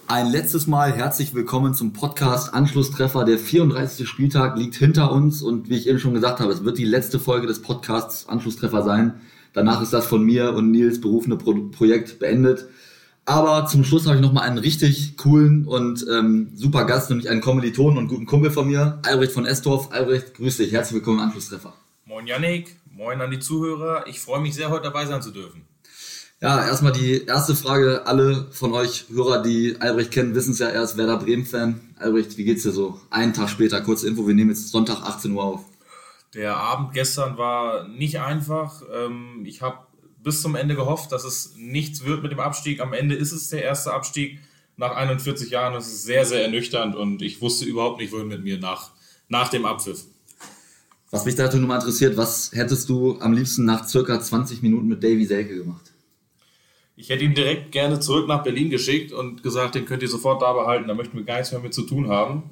Ein letztes Mal herzlich willkommen zum Podcast Anschlusstreffer. Der 34. Spieltag liegt hinter uns und wie ich eben schon gesagt habe, es wird die letzte Folge des Podcasts Anschlusstreffer sein. Danach ist das von mir und Nils berufene Projekt beendet. Aber zum Schluss habe ich nochmal einen richtig coolen und super Gast, nämlich einen Kommilitonen und guten Kumpel von mir, Albrecht von Estorf. Albrecht, grüß dich, herzlich willkommen im Anschlusstreffer. Moin Yannick, moin an die Zuhörer. Ich freue mich sehr, heute dabei sein zu dürfen. Ja, erstmal die erste Frage. Alle von euch Hörer, die Albrecht kennen, wissen es ja, er ist Werder Bremen-Fan. Albrecht, wie geht's dir so? Einen Tag später, kurze Info, wir nehmen jetzt Sonntag 18 Uhr auf. Der Abend gestern war nicht einfach. Ich habe bis zum Ende gehofft, dass es nichts wird mit dem Abstieg. Am Ende ist es der erste Abstieg nach 41 Jahren. Das ist sehr, sehr ernüchternd und ich wusste überhaupt nicht, wohin mit mir nach dem Abpfiff. Was mich dazu nur mal interessiert, was hättest du am liebsten nach circa 20 Minuten mit Davy Selke gemacht? Ich hätte ihn direkt gerne zurück nach Berlin geschickt und gesagt, den könnt ihr sofort da behalten, da möchten wir gar nichts mehr mit zu tun haben.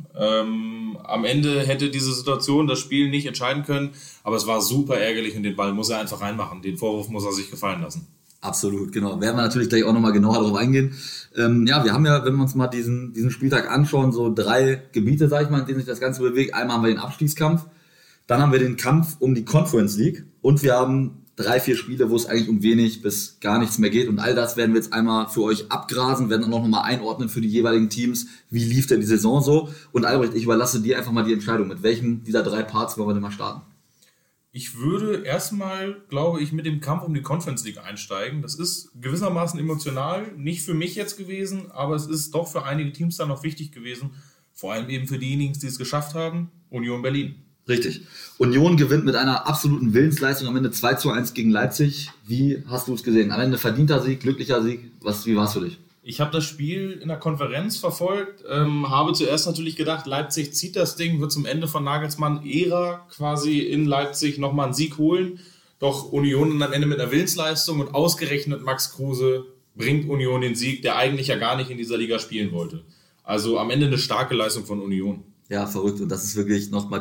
Am Ende hätte diese Situation das Spiel nicht entscheiden können, aber es war super ärgerlich und den Ball muss er einfach reinmachen. Den Vorwurf muss er sich gefallen lassen. Absolut, genau. Werden wir natürlich gleich auch nochmal genauer darauf eingehen. Wir haben ja, wenn wir uns mal diesen Spieltag anschauen, so 3 Gebiete, sag ich mal, in denen sich das Ganze bewegt. Einmal haben wir den Abstiegskampf, dann haben wir den Kampf um die Conference League und wir haben 3-4 Spiele, wo es eigentlich um wenig bis gar nichts mehr geht. Und all das werden wir jetzt einmal für euch abgrasen, werden dann auch nochmal einordnen für die jeweiligen Teams. Wie lief denn die Saison so? Und Albrecht, ich überlasse dir einfach mal die Entscheidung. Mit welchem dieser 3 Parts wollen wir denn mal starten? Ich würde erstmal, glaube ich, mit dem Kampf um die Conference League einsteigen. Das ist gewissermaßen emotional, nicht für mich jetzt gewesen, aber es ist doch für einige Teams dann noch wichtig gewesen. Vor allem eben für diejenigen, die es geschafft haben, Union Berlin. Richtig. Union gewinnt mit einer absoluten Willensleistung am Ende 2-1 gegen Leipzig. Wie hast du es gesehen? Am Ende verdienter Sieg, glücklicher Sieg. Wie war es für dich? Ich habe das Spiel in der Konferenz verfolgt, habe zuerst natürlich gedacht, Leipzig zieht das Ding, wird zum Ende von Nagelsmann-Ära quasi in Leipzig nochmal einen Sieg holen. Doch Union dann am Ende mit einer Willensleistung und ausgerechnet Max Kruse bringt Union den Sieg, der eigentlich ja gar nicht in dieser Liga spielen wollte. Also am Ende eine starke Leistung von Union. Ja, verrückt. Und das ist wirklich nochmal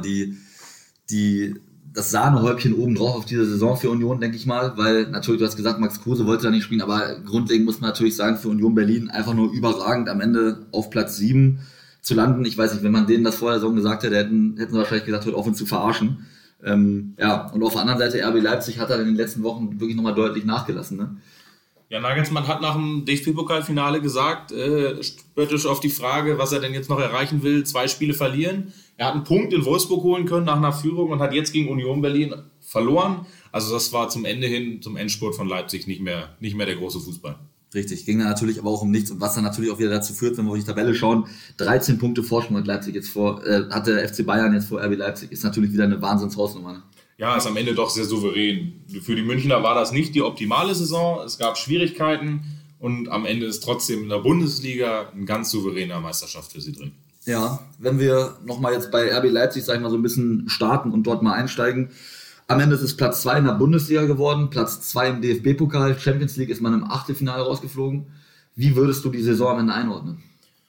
das Sahnehäubchen oben drauf auf diese Saison für Union, denke ich mal, weil natürlich, du hast gesagt, Max Kruse wollte da nicht spielen, aber grundlegend muss man natürlich sagen, für Union Berlin einfach nur überragend am Ende auf Platz 7 zu landen. Ich weiß nicht, wenn man denen das vor der Saison gesagt hätte, hätten sie wahrscheinlich gesagt, hört auf uns zu verarschen. Und auf der anderen Seite, RB Leipzig hat dann in den letzten Wochen wirklich nochmal deutlich nachgelassen, ne? Ja, Nagelsmann hat nach dem DFB-Pokalfinale gesagt, spöttisch auf die Frage, was er denn jetzt noch erreichen will, 2 Spiele verlieren. Er hat einen Punkt in Wolfsburg holen können nach einer Führung und hat jetzt gegen Union Berlin verloren. Also das war zum Ende hin, zum Endspurt von Leipzig nicht mehr der große Fußball. Richtig, ging dann natürlich aber auch um nichts und was dann natürlich auch wieder dazu führt, wenn wir auf die Tabelle schauen, 13 Punkte Vorsprung hat Leipzig jetzt hat der FC Bayern jetzt vor RB Leipzig, ist natürlich wieder eine Wahnsinnshausnummer, ne? Ja, ist am Ende doch sehr souverän. Für die Münchner war das nicht die optimale Saison. Es gab Schwierigkeiten und am Ende ist trotzdem in der Bundesliga eine ganz souveräne Meisterschaft für sie drin. Ja, wenn wir nochmal jetzt bei RB Leipzig, sag ich mal, so ein bisschen starten und dort mal einsteigen. Am Ende ist es Platz 2 in der Bundesliga geworden, Platz 2 im DFB-Pokal, Champions League ist man im Achtelfinale rausgeflogen. Wie würdest du die Saison am Ende einordnen?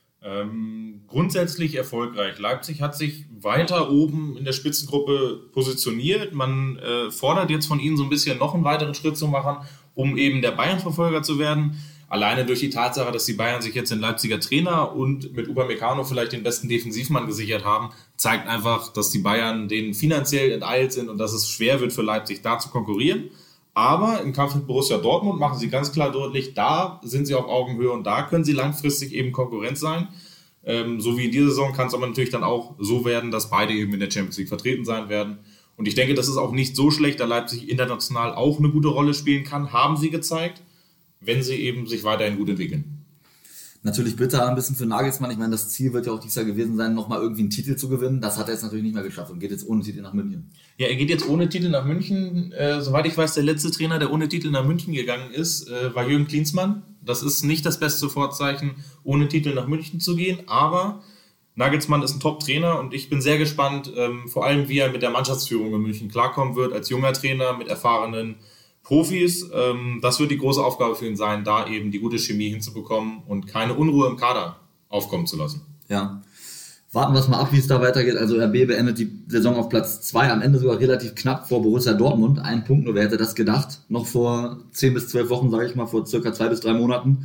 Grundsätzlich erfolgreich. Leipzig hat sich weiter oben in der Spitzengruppe positioniert. Man fordert jetzt von ihnen so ein bisschen noch einen weiteren Schritt zu machen, um eben der Bayern-Verfolger zu werden. Alleine durch die Tatsache, dass die Bayern sich jetzt den Leipziger Trainer und mit Upamecano vielleicht den besten Defensivmann gesichert haben, zeigt einfach, dass die Bayern denen finanziell enteilt sind und dass es schwer wird für Leipzig, da zu konkurrieren. Aber im Kampf mit Borussia Dortmund machen sie ganz klar deutlich, da sind sie auf Augenhöhe und da können sie langfristig eben Konkurrenz sein. So wie in dieser Saison kann es aber natürlich dann auch so werden, dass beide eben in der Champions League vertreten sein werden. Und ich denke, das ist auch nicht so schlecht, da Leipzig international auch eine gute Rolle spielen kann, haben sie gezeigt, wenn sie eben sich weiterhin gut entwickeln. Natürlich bitter ein bisschen für Nagelsmann. Ich meine, das Ziel wird ja auch dieses Jahr gewesen sein, nochmal irgendwie einen Titel zu gewinnen. Das hat er jetzt natürlich nicht mehr geschafft und geht jetzt ohne Titel nach München. Ja, er geht jetzt ohne Titel nach München. Soweit ich weiß, der letzte Trainer, der ohne Titel nach München gegangen ist, war Jürgen Klinsmann. Das ist nicht das beste Vorzeichen, ohne Titel nach München zu gehen. Aber Nagelsmann ist ein Top-Trainer und ich bin sehr gespannt, vor allem wie er mit der Mannschaftsführung in München klarkommen wird, als junger Trainer mit erfahrenen Profis. Das wird die große Aufgabe für ihn sein, da eben die gute Chemie hinzubekommen und keine Unruhe im Kader aufkommen zu lassen. Ja, warten wir es mal ab, wie es da weitergeht. Also RB beendet die Saison auf Platz 2, am Ende sogar relativ knapp vor Borussia Dortmund. 1 Punkt nur, wer hätte das gedacht? Noch vor 10 bis 12 Wochen, sage ich mal, vor circa 2 bis 3 Monaten.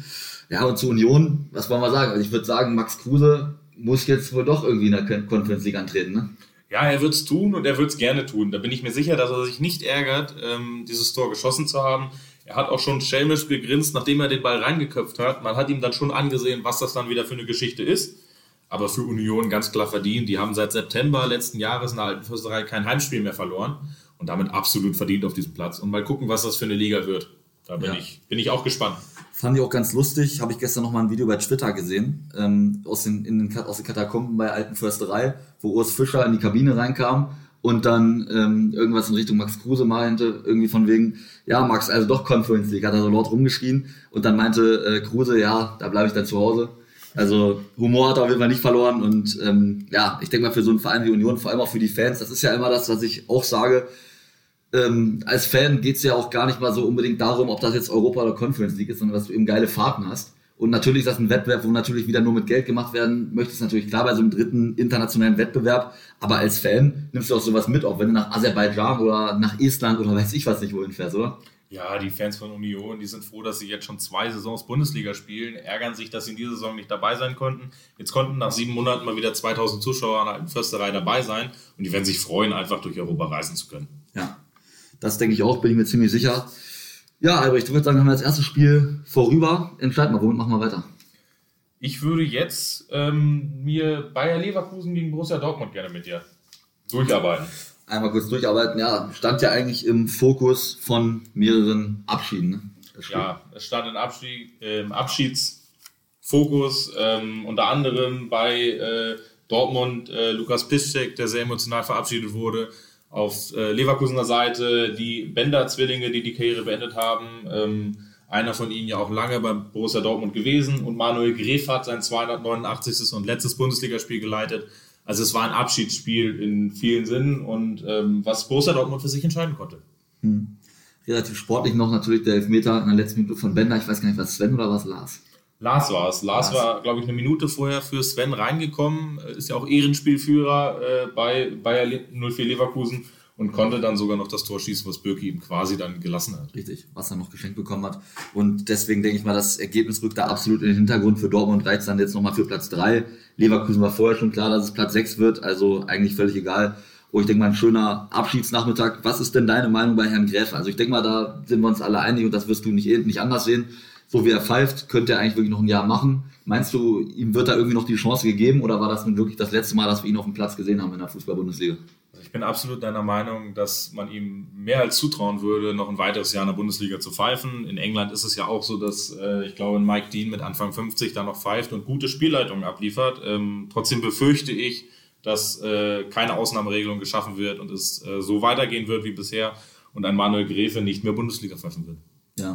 Ja, und zu Union, was wollen wir sagen? Also ich würde sagen, Max Kruse muss jetzt wohl doch irgendwie in der Conference League antreten, ne? Ja, er wird es tun und er wird es gerne tun. Da bin ich mir sicher, dass er sich nicht ärgert, dieses Tor geschossen zu haben. Er hat auch schon schelmisch gegrinst, nachdem er den Ball reingeköpft hat. Man hat ihm dann schon angesehen, was das dann wieder für eine Geschichte ist. Aber für Union ganz klar verdient. Die haben seit September letzten Jahres in der Alten Försterei kein Heimspiel mehr verloren und damit absolut verdient auf diesem Platz. Und mal gucken, was das für eine Liga wird. Da bin ich auch gespannt. Fand ich auch ganz lustig. Habe ich gestern noch mal ein Video bei Twitter gesehen, aus den Katakomben bei Alten Försterei, wo Urs Fischer in die Kabine reinkam und dann irgendwas in Richtung Max Kruse meinte, irgendwie von wegen, ja Max, also doch Conference League, hat er so laut rumgeschrien und dann meinte Kruse, ja, da bleibe ich dann zu Hause. Also Humor hat er auf jeden Fall nicht verloren und ich denke mal für so einen Verein wie Union, vor allem auch für die Fans, das ist ja immer das, was ich auch sage, als Fan geht's ja auch gar nicht mal so unbedingt darum, ob das jetzt Europa oder Conference League ist, sondern dass du eben geile Fahrten hast. Und natürlich ist das ein Wettbewerb, wo natürlich wieder nur mit Geld gemacht werden möchte, ist natürlich klar bei so einem dritten internationalen Wettbewerb, aber als Fan nimmst du auch sowas mit, auch wenn du nach Aserbaidschan oder nach Estland oder weiß ich was nicht wohin fährst, oder? Ja, die Fans von Union, die sind froh, dass sie jetzt schon 2 Saisons Bundesliga spielen, ärgern sich, dass sie in dieser Saison nicht dabei sein konnten. Jetzt konnten nach 7 Monaten mal wieder 2000 Zuschauer an der Alten Försterei dabei sein und die werden sich freuen, einfach durch Europa reisen zu können. Ja, das denke ich auch, bin ich mir ziemlich sicher. Ja, Albrecht, ich würde sagen, haben wir das erste Spiel vorüber. Entscheid mal, womit machen wir weiter? Ich würde jetzt mir Bayer Leverkusen gegen Borussia Dortmund gerne mit dir durcharbeiten. Einmal kurz durcharbeiten, ja, stand ja eigentlich im Fokus von mehreren Abschieden. Ne? Ja, es stand im Abschiedsfokus, unter anderem bei Dortmund Lukas Piszczek, der sehr emotional verabschiedet wurde. Auf Leverkusener Seite die Bender-Zwillinge, die die Karriere beendet haben. Einer von ihnen ja auch lange beim Borussia Dortmund gewesen. Und Manuel Gräf hat sein 289. und letztes Bundesligaspiel geleitet. Also es war ein Abschiedsspiel in vielen Sinnen und was Borussia Dortmund für sich entscheiden konnte. Relativ sportlich noch natürlich der Elfmeter in der letzten Minute von Bender. Ich weiß gar nicht, was Sven oder was Lars? Lars war es. Lars war, glaube ich, eine Minute vorher für Sven reingekommen. Ist ja auch Ehrenspielführer bei Bayer 04 Leverkusen und konnte dann sogar noch das Tor schießen, was Bürki ihm quasi dann gelassen hat. Richtig, was er noch geschenkt bekommen hat. Und deswegen denke ich mal, das Ergebnis rückt da absolut in den Hintergrund. Für Dortmund reicht es dann jetzt nochmal für Platz 3. Leverkusen war vorher schon klar, dass es Platz 6 wird, also eigentlich völlig egal. Oh, ich denke mal, ein schöner Abschiedsnachmittag. Was ist denn deine Meinung bei Herrn Gräfe? Also ich denke mal, da sind wir uns alle einig und das wirst du nicht anders sehen. So wie er pfeift, könnte er eigentlich wirklich noch ein Jahr machen. Meinst du, ihm wird da irgendwie noch die Chance gegeben oder war das nun wirklich das letzte Mal, dass wir ihn auf dem Platz gesehen haben in der Fußball-Bundesliga? Ich bin absolut deiner Meinung, dass man ihm mehr als zutrauen würde, noch ein weiteres Jahr in der Bundesliga zu pfeifen. In England ist es ja auch so, dass ich glaube, Mike Dean mit Anfang 50 da noch pfeift und gute Spielleitungen abliefert. Trotzdem befürchte ich, dass keine Ausnahmeregelung geschaffen wird und es so weitergehen wird wie bisher und ein Manuel Gräfe nicht mehr Bundesliga pfeifen wird.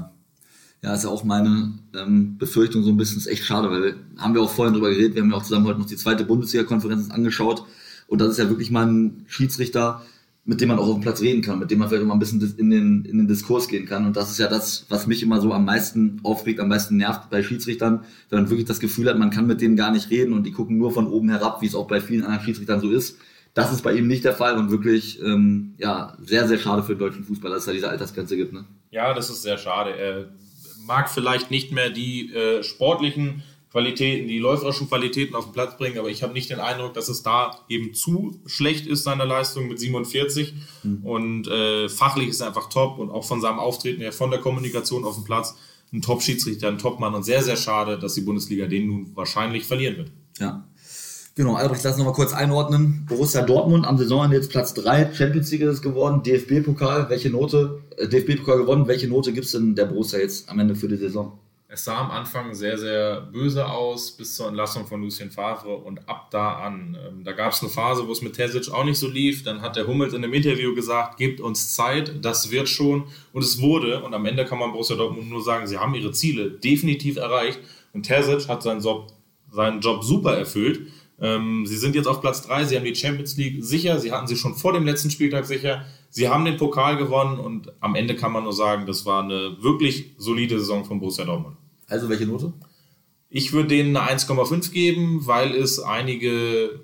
Ja, ist ja auch meine Befürchtung so ein bisschen, ist echt schade, weil haben wir auch vorhin drüber geredet, wir haben ja auch zusammen heute noch die zweite Bundesliga-Konferenz angeschaut und das ist ja wirklich mal ein Schiedsrichter, mit dem man auch auf dem Platz reden kann, mit dem man vielleicht auch mal ein bisschen in den Diskurs gehen kann und das ist ja das, was mich immer so am meisten aufregt, am meisten nervt bei Schiedsrichtern, wenn man wirklich das Gefühl hat, man kann mit denen gar nicht reden und die gucken nur von oben herab, wie es auch bei vielen anderen Schiedsrichtern so ist. Das ist bei ihm nicht der Fall und wirklich sehr, sehr schade für den deutschen Fußball, dass es da diese Altersgrenze gibt. Ne? Ja, das ist sehr schade. Er mag vielleicht nicht mehr die sportlichen Qualitäten, die läuferischen Qualitäten auf den Platz bringen, aber ich habe nicht den Eindruck, dass es da eben zu schlecht ist, seine Leistung mit 47 und fachlich ist er einfach top und auch von seinem Auftreten her, von der Kommunikation auf dem Platz, ein Top-Schiedsrichter, ein Top-Mann und sehr, sehr schade, dass die Bundesliga den nun wahrscheinlich verlieren wird. Ja. Genau, Albrecht, lass uns noch mal kurz einordnen. Borussia Dortmund am Saisonende jetzt Platz 3, Champions League ist es geworden, DFB-Pokal, DFB-Pokal gewonnen, welche Note gibt es denn der Borussia jetzt am Ende für die Saison? Es sah am Anfang sehr, sehr böse aus, bis zur Entlassung von Lucien Favre und ab da an. Da gab es eine Phase, wo es mit Terzic auch nicht so lief, dann hat der Hummels in einem Interview gesagt, gebt uns Zeit, das wird schon und es wurde und am Ende kann man Borussia Dortmund nur sagen, sie haben ihre Ziele definitiv erreicht und Terzic hat seinen Job super erfüllt. Sie sind jetzt auf Platz 3, sie haben die Champions League sicher, sie hatten sie schon vor dem letzten Spieltag sicher, sie haben den Pokal gewonnen und am Ende kann man nur sagen, das war eine wirklich solide Saison von Borussia Dortmund. Also welche Note? Ich würde denen eine 1,5 geben, weil es einige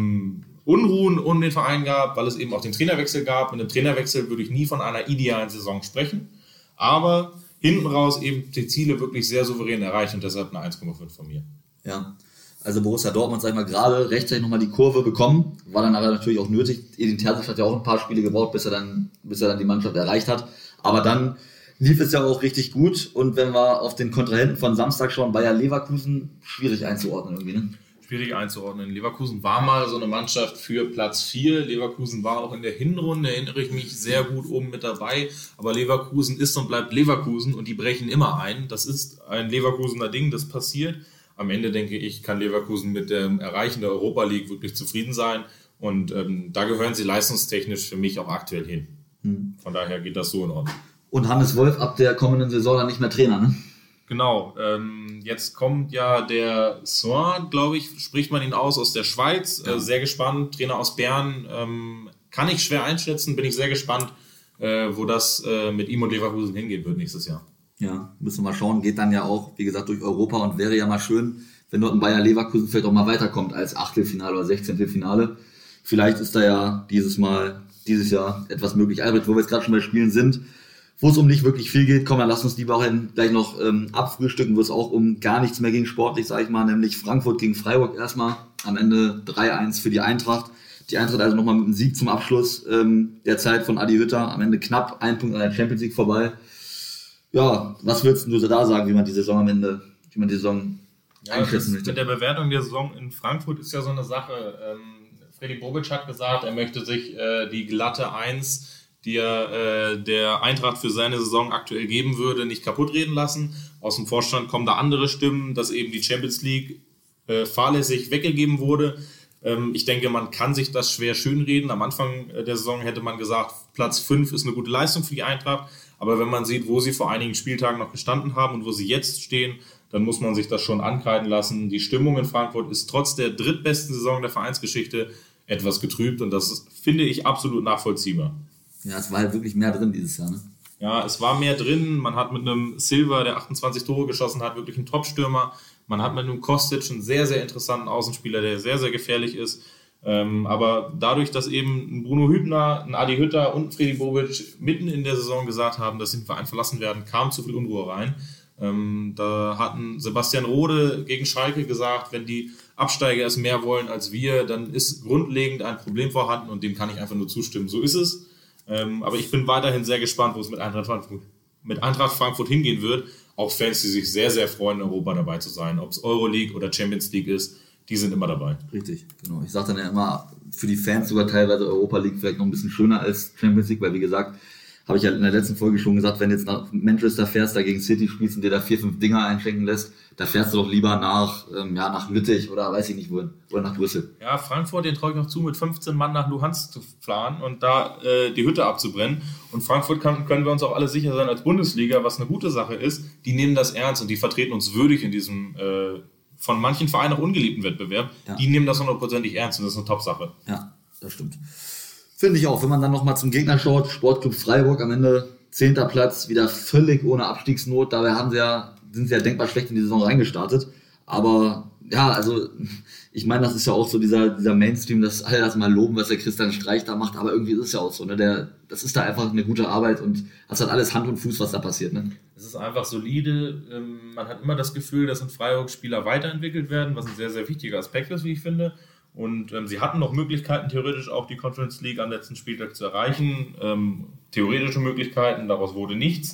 Unruhen um den Verein gab, weil es eben auch den Trainerwechsel gab. Mit dem Trainerwechsel würde ich nie von einer idealen Saison sprechen, aber hinten raus eben die Ziele wirklich sehr souverän erreicht und deshalb eine 1,5 von mir. Ja, also Borussia Dortmund, sag ich mal, gerade rechtzeitig nochmal die Kurve bekommen, war dann aber natürlich auch nötig. Edin Terzic hat ja auch ein paar Spiele gebraucht, bis er dann die Mannschaft erreicht hat. Aber dann lief es ja auch richtig gut. Und wenn wir auf den Kontrahenten von Samstag schauen, Bayer Leverkusen, schwierig einzuordnen irgendwie, ne? Schwierig einzuordnen. Leverkusen war mal so eine Mannschaft für Platz 4. Leverkusen war auch in der Hinrunde, erinnere ich mich, sehr gut oben mit dabei. Aber Leverkusen ist und bleibt Leverkusen und die brechen immer ein. Das ist ein Leverkusener Ding, das passiert. Am Ende, denke ich, kann Leverkusen mit dem Erreichen der Europa League wirklich zufrieden sein. Und da gehören sie leistungstechnisch für mich auch aktuell hin. Von daher geht das so in Ordnung. Und Hannes Wolf ab der kommenden Saison dann nicht mehr Trainer, ne? Genau, jetzt kommt ja der Soin, glaube ich, spricht man ihn aus der Schweiz. Ja. Sehr gespannt, Trainer aus Bern. Kann ich schwer einschätzen, bin ich sehr gespannt, wo das mit ihm und Leverkusen hingehen wird nächstes Jahr. Ja, müssen wir mal schauen. Geht dann ja auch, wie gesagt, durch Europa und wäre ja mal schön, wenn dort ein Bayer Leverkusen vielleicht auch mal weiterkommt als Achtelfinale oder 16. Finale. Vielleicht ist da ja dieses Jahr etwas möglich. Albert, wo wir jetzt gerade schon bei Spielen sind, wo es um nicht wirklich viel geht, komm, dann lass uns lieber auch gleich noch abfrühstücken, wo es auch um gar nichts mehr ging sportlich, sag ich mal, nämlich Frankfurt gegen Freiburg erstmal. Am Ende 3-1 für die Eintracht. Die Eintracht also nochmal mit einem Sieg zum Abschluss der Zeit von Adi Hütter. Am Ende knapp 1 Punkt an der Champions League vorbei. Ja, was würdest du da sagen, wie man die Saison einschätzen möchte? Mit der Bewertung der Saison in Frankfurt ist ja so eine Sache. Freddy Bobic hat gesagt, er möchte sich die glatte 1, die er der Eintracht für seine Saison aktuell geben würde, nicht kaputt reden lassen. Aus dem Vorstand kommen da andere Stimmen, dass eben die Champions League fahrlässig weggegeben wurde. Ich denke, man kann sich das schwer schönreden. Am Anfang der Saison hätte man gesagt, Platz 5 ist eine gute Leistung für die Eintracht. Aber wenn man sieht, wo sie vor einigen Spieltagen noch gestanden haben und wo sie jetzt stehen, dann muss man sich das schon ankreiden lassen. Die Stimmung in Frankfurt ist trotz der drittbesten Saison der Vereinsgeschichte etwas getrübt und das finde ich absolut nachvollziehbar. Ja, es war halt wirklich mehr drin dieses Jahr, ne? Ja, es war mehr drin. Man hat mit einem Silva, der 28 Tore geschossen hat, wirklich einen Top-Stürmer. Man hat mit einem Kostic einen sehr, sehr interessanten Außenspieler, der sehr, sehr gefährlich ist. Aber dadurch, dass eben ein Bruno Hübner, ein Adi Hütter und ein Freddy Bobic mitten in der Saison gesagt haben, dass sie den Verein verlassen werden, kam zu viel Unruhe rein. Da hatten Sebastian Rode gegen Schalke gesagt, wenn die Absteiger es mehr wollen als wir, dann ist grundlegend ein Problem vorhanden und dem kann ich einfach nur zustimmen. So ist es. Aber ich bin weiterhin sehr gespannt, wo es mit Eintracht Frankfurt hingehen wird. Auch Fans, die sich sehr, sehr freuen, in Europa dabei zu sein. Ob es Euroleague oder Champions League ist, die sind immer dabei. Richtig, genau. Ich sage dann ja immer, für die Fans sogar teilweise Europa League vielleicht noch ein bisschen schöner als Champions League, weil wie gesagt, habe ich ja in der letzten Folge schon gesagt, wenn du jetzt nach Manchester fährst, da gegen City spielst und dir da 4-5 Dinger einschenken lässt, da fährst du doch lieber nach Lüttich oder weiß ich nicht wohin, oder nach Brüssel. Ja, Frankfurt, den traue ich noch zu, mit 15 Mann nach Luhansk zu fahren und da die Hütte abzubrennen. Und Frankfurt können wir uns auch alle sicher sein als Bundesliga, was eine gute Sache ist. Die nehmen das ernst und die vertreten uns würdig in diesem von manchen Vereinen auch ungeliebten Wettbewerb. Ja. Die nehmen das 100%ig ernst und das ist eine Top-Sache. Ja, das stimmt. Finde ich auch, wenn man dann nochmal zum Gegner schaut, Sportclub Freiburg am Ende 10. Platz, wieder völlig ohne Abstiegsnot, dabei sind sie ja denkbar schlecht in die Saison reingestartet, aber ja, also ich meine, das ist ja auch so dieser Mainstream, dass alle das mal loben, was der Christian Streich da macht, aber irgendwie ist es ja auch so, ne? Das ist da einfach eine gute Arbeit und das hat alles Hand und Fuß, was da passiert, ne? Es ist einfach solide, man hat immer das Gefühl, dass in Freiburg Spieler weiterentwickelt werden, was ein sehr, sehr wichtiger Aspekt ist, wie ich finde. Und sie hatten noch Möglichkeiten, theoretisch auch die Conference League am letzten Spieltag zu erreichen. Theoretische Möglichkeiten, daraus wurde nichts.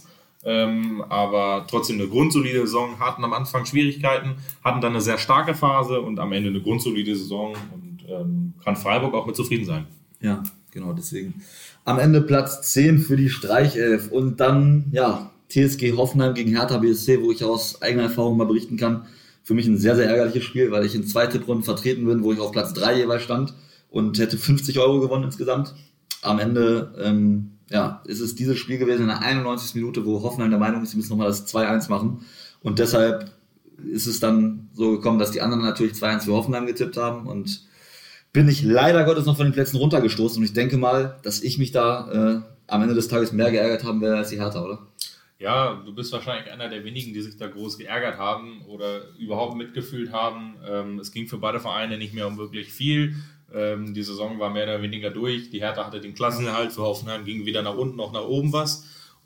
Aber trotzdem eine grundsolide Saison, hatten am Anfang Schwierigkeiten, hatten dann eine sehr starke Phase und am Ende eine grundsolide Saison und kann Freiburg auch mit zufrieden sein. Ja, genau, deswegen. Am Ende Platz 10 für die Streichelf und dann, ja, TSG Hoffenheim gegen Hertha BSC, wo ich aus eigener Erfahrung mal berichten kann. Für mich ein sehr, sehr ärgerliches Spiel, weil ich in 2 Tipprunden vertreten bin, wo ich auf Platz 3 jeweils stand und hätte 50 € gewonnen insgesamt. Am Ende ist es dieses Spiel gewesen in der 91. Minute, wo Hoffenheim der Meinung ist, sie müssen nochmal das 2-1 machen. Und deshalb ist es dann so gekommen, dass die anderen natürlich 2-1 für Hoffenheim getippt haben und bin ich leider Gottes noch von den Plätzen runtergestoßen. Und ich denke mal, dass ich mich da am Ende des Tages mehr geärgert haben werde als die Hertha, oder? Ja, du bist wahrscheinlich einer der wenigen, die sich da groß geärgert haben oder überhaupt mitgefühlt haben. Es ging für beide Vereine nicht mehr um wirklich viel. Die Saison war mehr oder weniger durch. Die Hertha hatte den Klassenerhalt, für Hoffenheim ging weder nach unten noch nach oben was.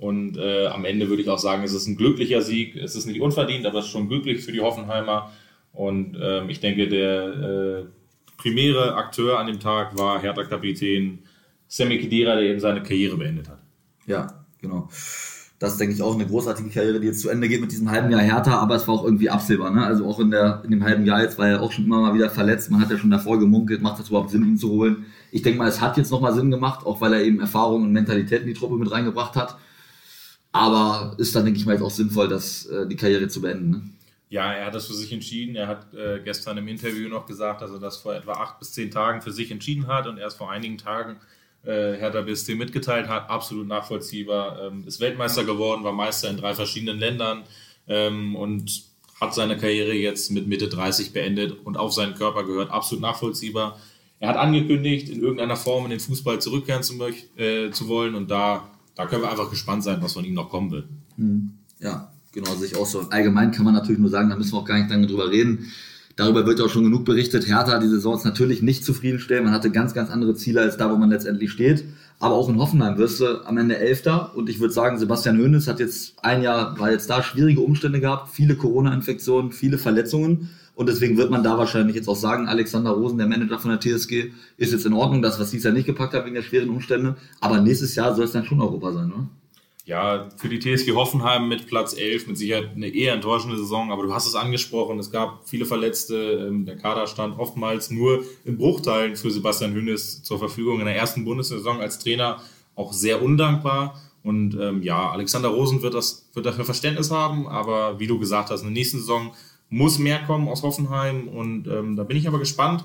Und am Ende würde ich auch sagen, es ist ein glücklicher Sieg. Es ist nicht unverdient, aber es ist schon glücklich für die Hoffenheimer. Und ich denke, der primäre Akteur an dem Tag war Hertha-Kapitän Sami Khedira, der eben seine Karriere beendet hat. Ja, genau. Das ist, denke ich, auch eine großartige Karriere, die jetzt zu Ende geht mit diesem halben Jahr Hertha, aber es war auch irgendwie absehbar. Ne? Also auch in dem halben Jahr jetzt war er auch schon immer mal wieder verletzt. Man hat ja schon davor gemunkelt, macht das überhaupt Sinn, ihn zu holen? Ich denke mal, es hat jetzt nochmal Sinn gemacht, auch weil er eben Erfahrung und Mentalität in die Truppe mit reingebracht hat. Aber ist dann, denke ich mal, jetzt auch sinnvoll, die Karriere zu beenden. Ne? Ja, er hat das für sich entschieden. Er hat gestern im Interview noch gesagt, dass er das vor etwa 8 bis 10 Tagen für sich entschieden hat und erst vor einigen Tagen Hertha BSC mitgeteilt hat. Absolut nachvollziehbar. Ist Weltmeister geworden, war Meister in 3 verschiedenen Ländern und hat seine Karriere jetzt mit Mitte 30 beendet und auf seinen Körper gehört. Absolut nachvollziehbar. Er hat angekündigt, in irgendeiner Form in den Fußball zurückkehren zu wollen und da können wir einfach gespannt sein, was von ihm noch kommen wird. Ja, genau, sehe ich auch so. Allgemein kann man natürlich nur sagen, da müssen wir auch gar nicht lange drüber reden. Darüber wird auch schon genug berichtet. Hertha die Saison ist natürlich nicht zufriedenstellend. Man hatte ganz, ganz andere Ziele als da, wo man letztendlich steht. Aber auch in Hoffenheim wirst du am Ende Elfter. Und ich würde sagen, Sebastian Hoeneß hat jetzt war jetzt da schwierige Umstände gehabt. Viele Corona-Infektionen, viele Verletzungen. Und deswegen wird man da wahrscheinlich jetzt auch sagen, Alexander Rosen, der Manager von der TSG, ist jetzt in Ordnung. Das, was dies Jahr nicht gepackt hat wegen der schweren Umstände. Aber nächstes Jahr soll es dann schon Europa sein, oder? Ja, für die TSG Hoffenheim mit Platz 11 mit Sicherheit eine eher enttäuschende Saison, aber du hast es angesprochen, es gab viele Verletzte, der Kader stand oftmals nur in Bruchteilen für Sebastian Hoeneß zur Verfügung in der ersten Bundessaison als Trainer, auch sehr undankbar und Alexander Rosen wird dafür Verständnis haben, aber wie du gesagt hast, in der nächsten Saison muss mehr kommen aus Hoffenheim und da bin ich aber gespannt,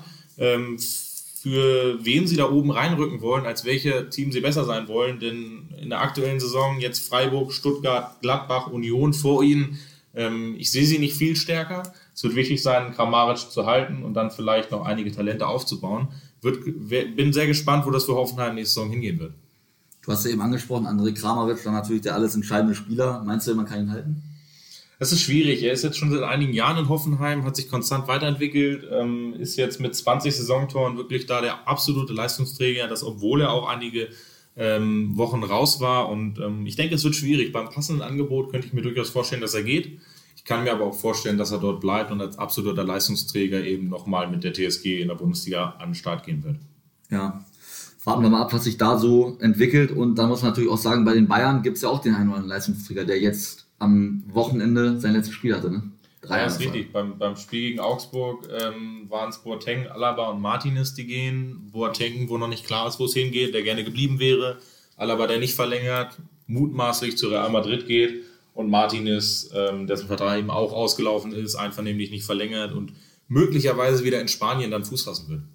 für wen sie da oben reinrücken wollen, als welche Team sie besser sein wollen, denn in der aktuellen Saison jetzt Freiburg, Stuttgart, Gladbach, Union vor ihnen. Ich sehe sie nicht viel stärker. Es wird wichtig sein, Kramaric zu halten und dann vielleicht noch einige Talente aufzubauen. Bin sehr gespannt, wo das für Hoffenheim nächste Saison hingehen wird. Du hast ja eben angesprochen, André Kramaric war natürlich der alles entscheidende Spieler. Meinst du, man kann ihn halten? Das ist schwierig. Er ist jetzt schon seit einigen Jahren in Hoffenheim, hat sich konstant weiterentwickelt, ist jetzt mit 20 Saisontoren wirklich da der absolute Leistungsträger, das obwohl er auch einige Wochen raus war. Und ich denke, es wird schwierig. Beim passenden Angebot könnte ich mir durchaus vorstellen, dass er geht. Ich kann mir aber auch vorstellen, dass er dort bleibt und als absoluter Leistungsträger eben nochmal mit der TSG in der Bundesliga an den Start gehen wird. Ja, warten wir mal ab, was sich da so entwickelt. Und dann muss man natürlich auch sagen, bei den Bayern gibt es ja auch den einen oder anderen Leistungsträger, der jetzt am Wochenende sein letztes Spiel hatte, ne? Ja, ist richtig. Beim Spiel gegen Augsburg waren es Boateng, Alaba und Martinez, die gehen. Boateng, wo noch nicht klar ist, wo es hingeht, der gerne geblieben wäre. Alaba, der nicht verlängert, mutmaßlich zu Real Madrid geht. Und Martinez, dessen Vertrag eben auch ausgelaufen ist, einvernehmlich nicht verlängert und möglicherweise wieder in Spanien dann Fuß fassen wird.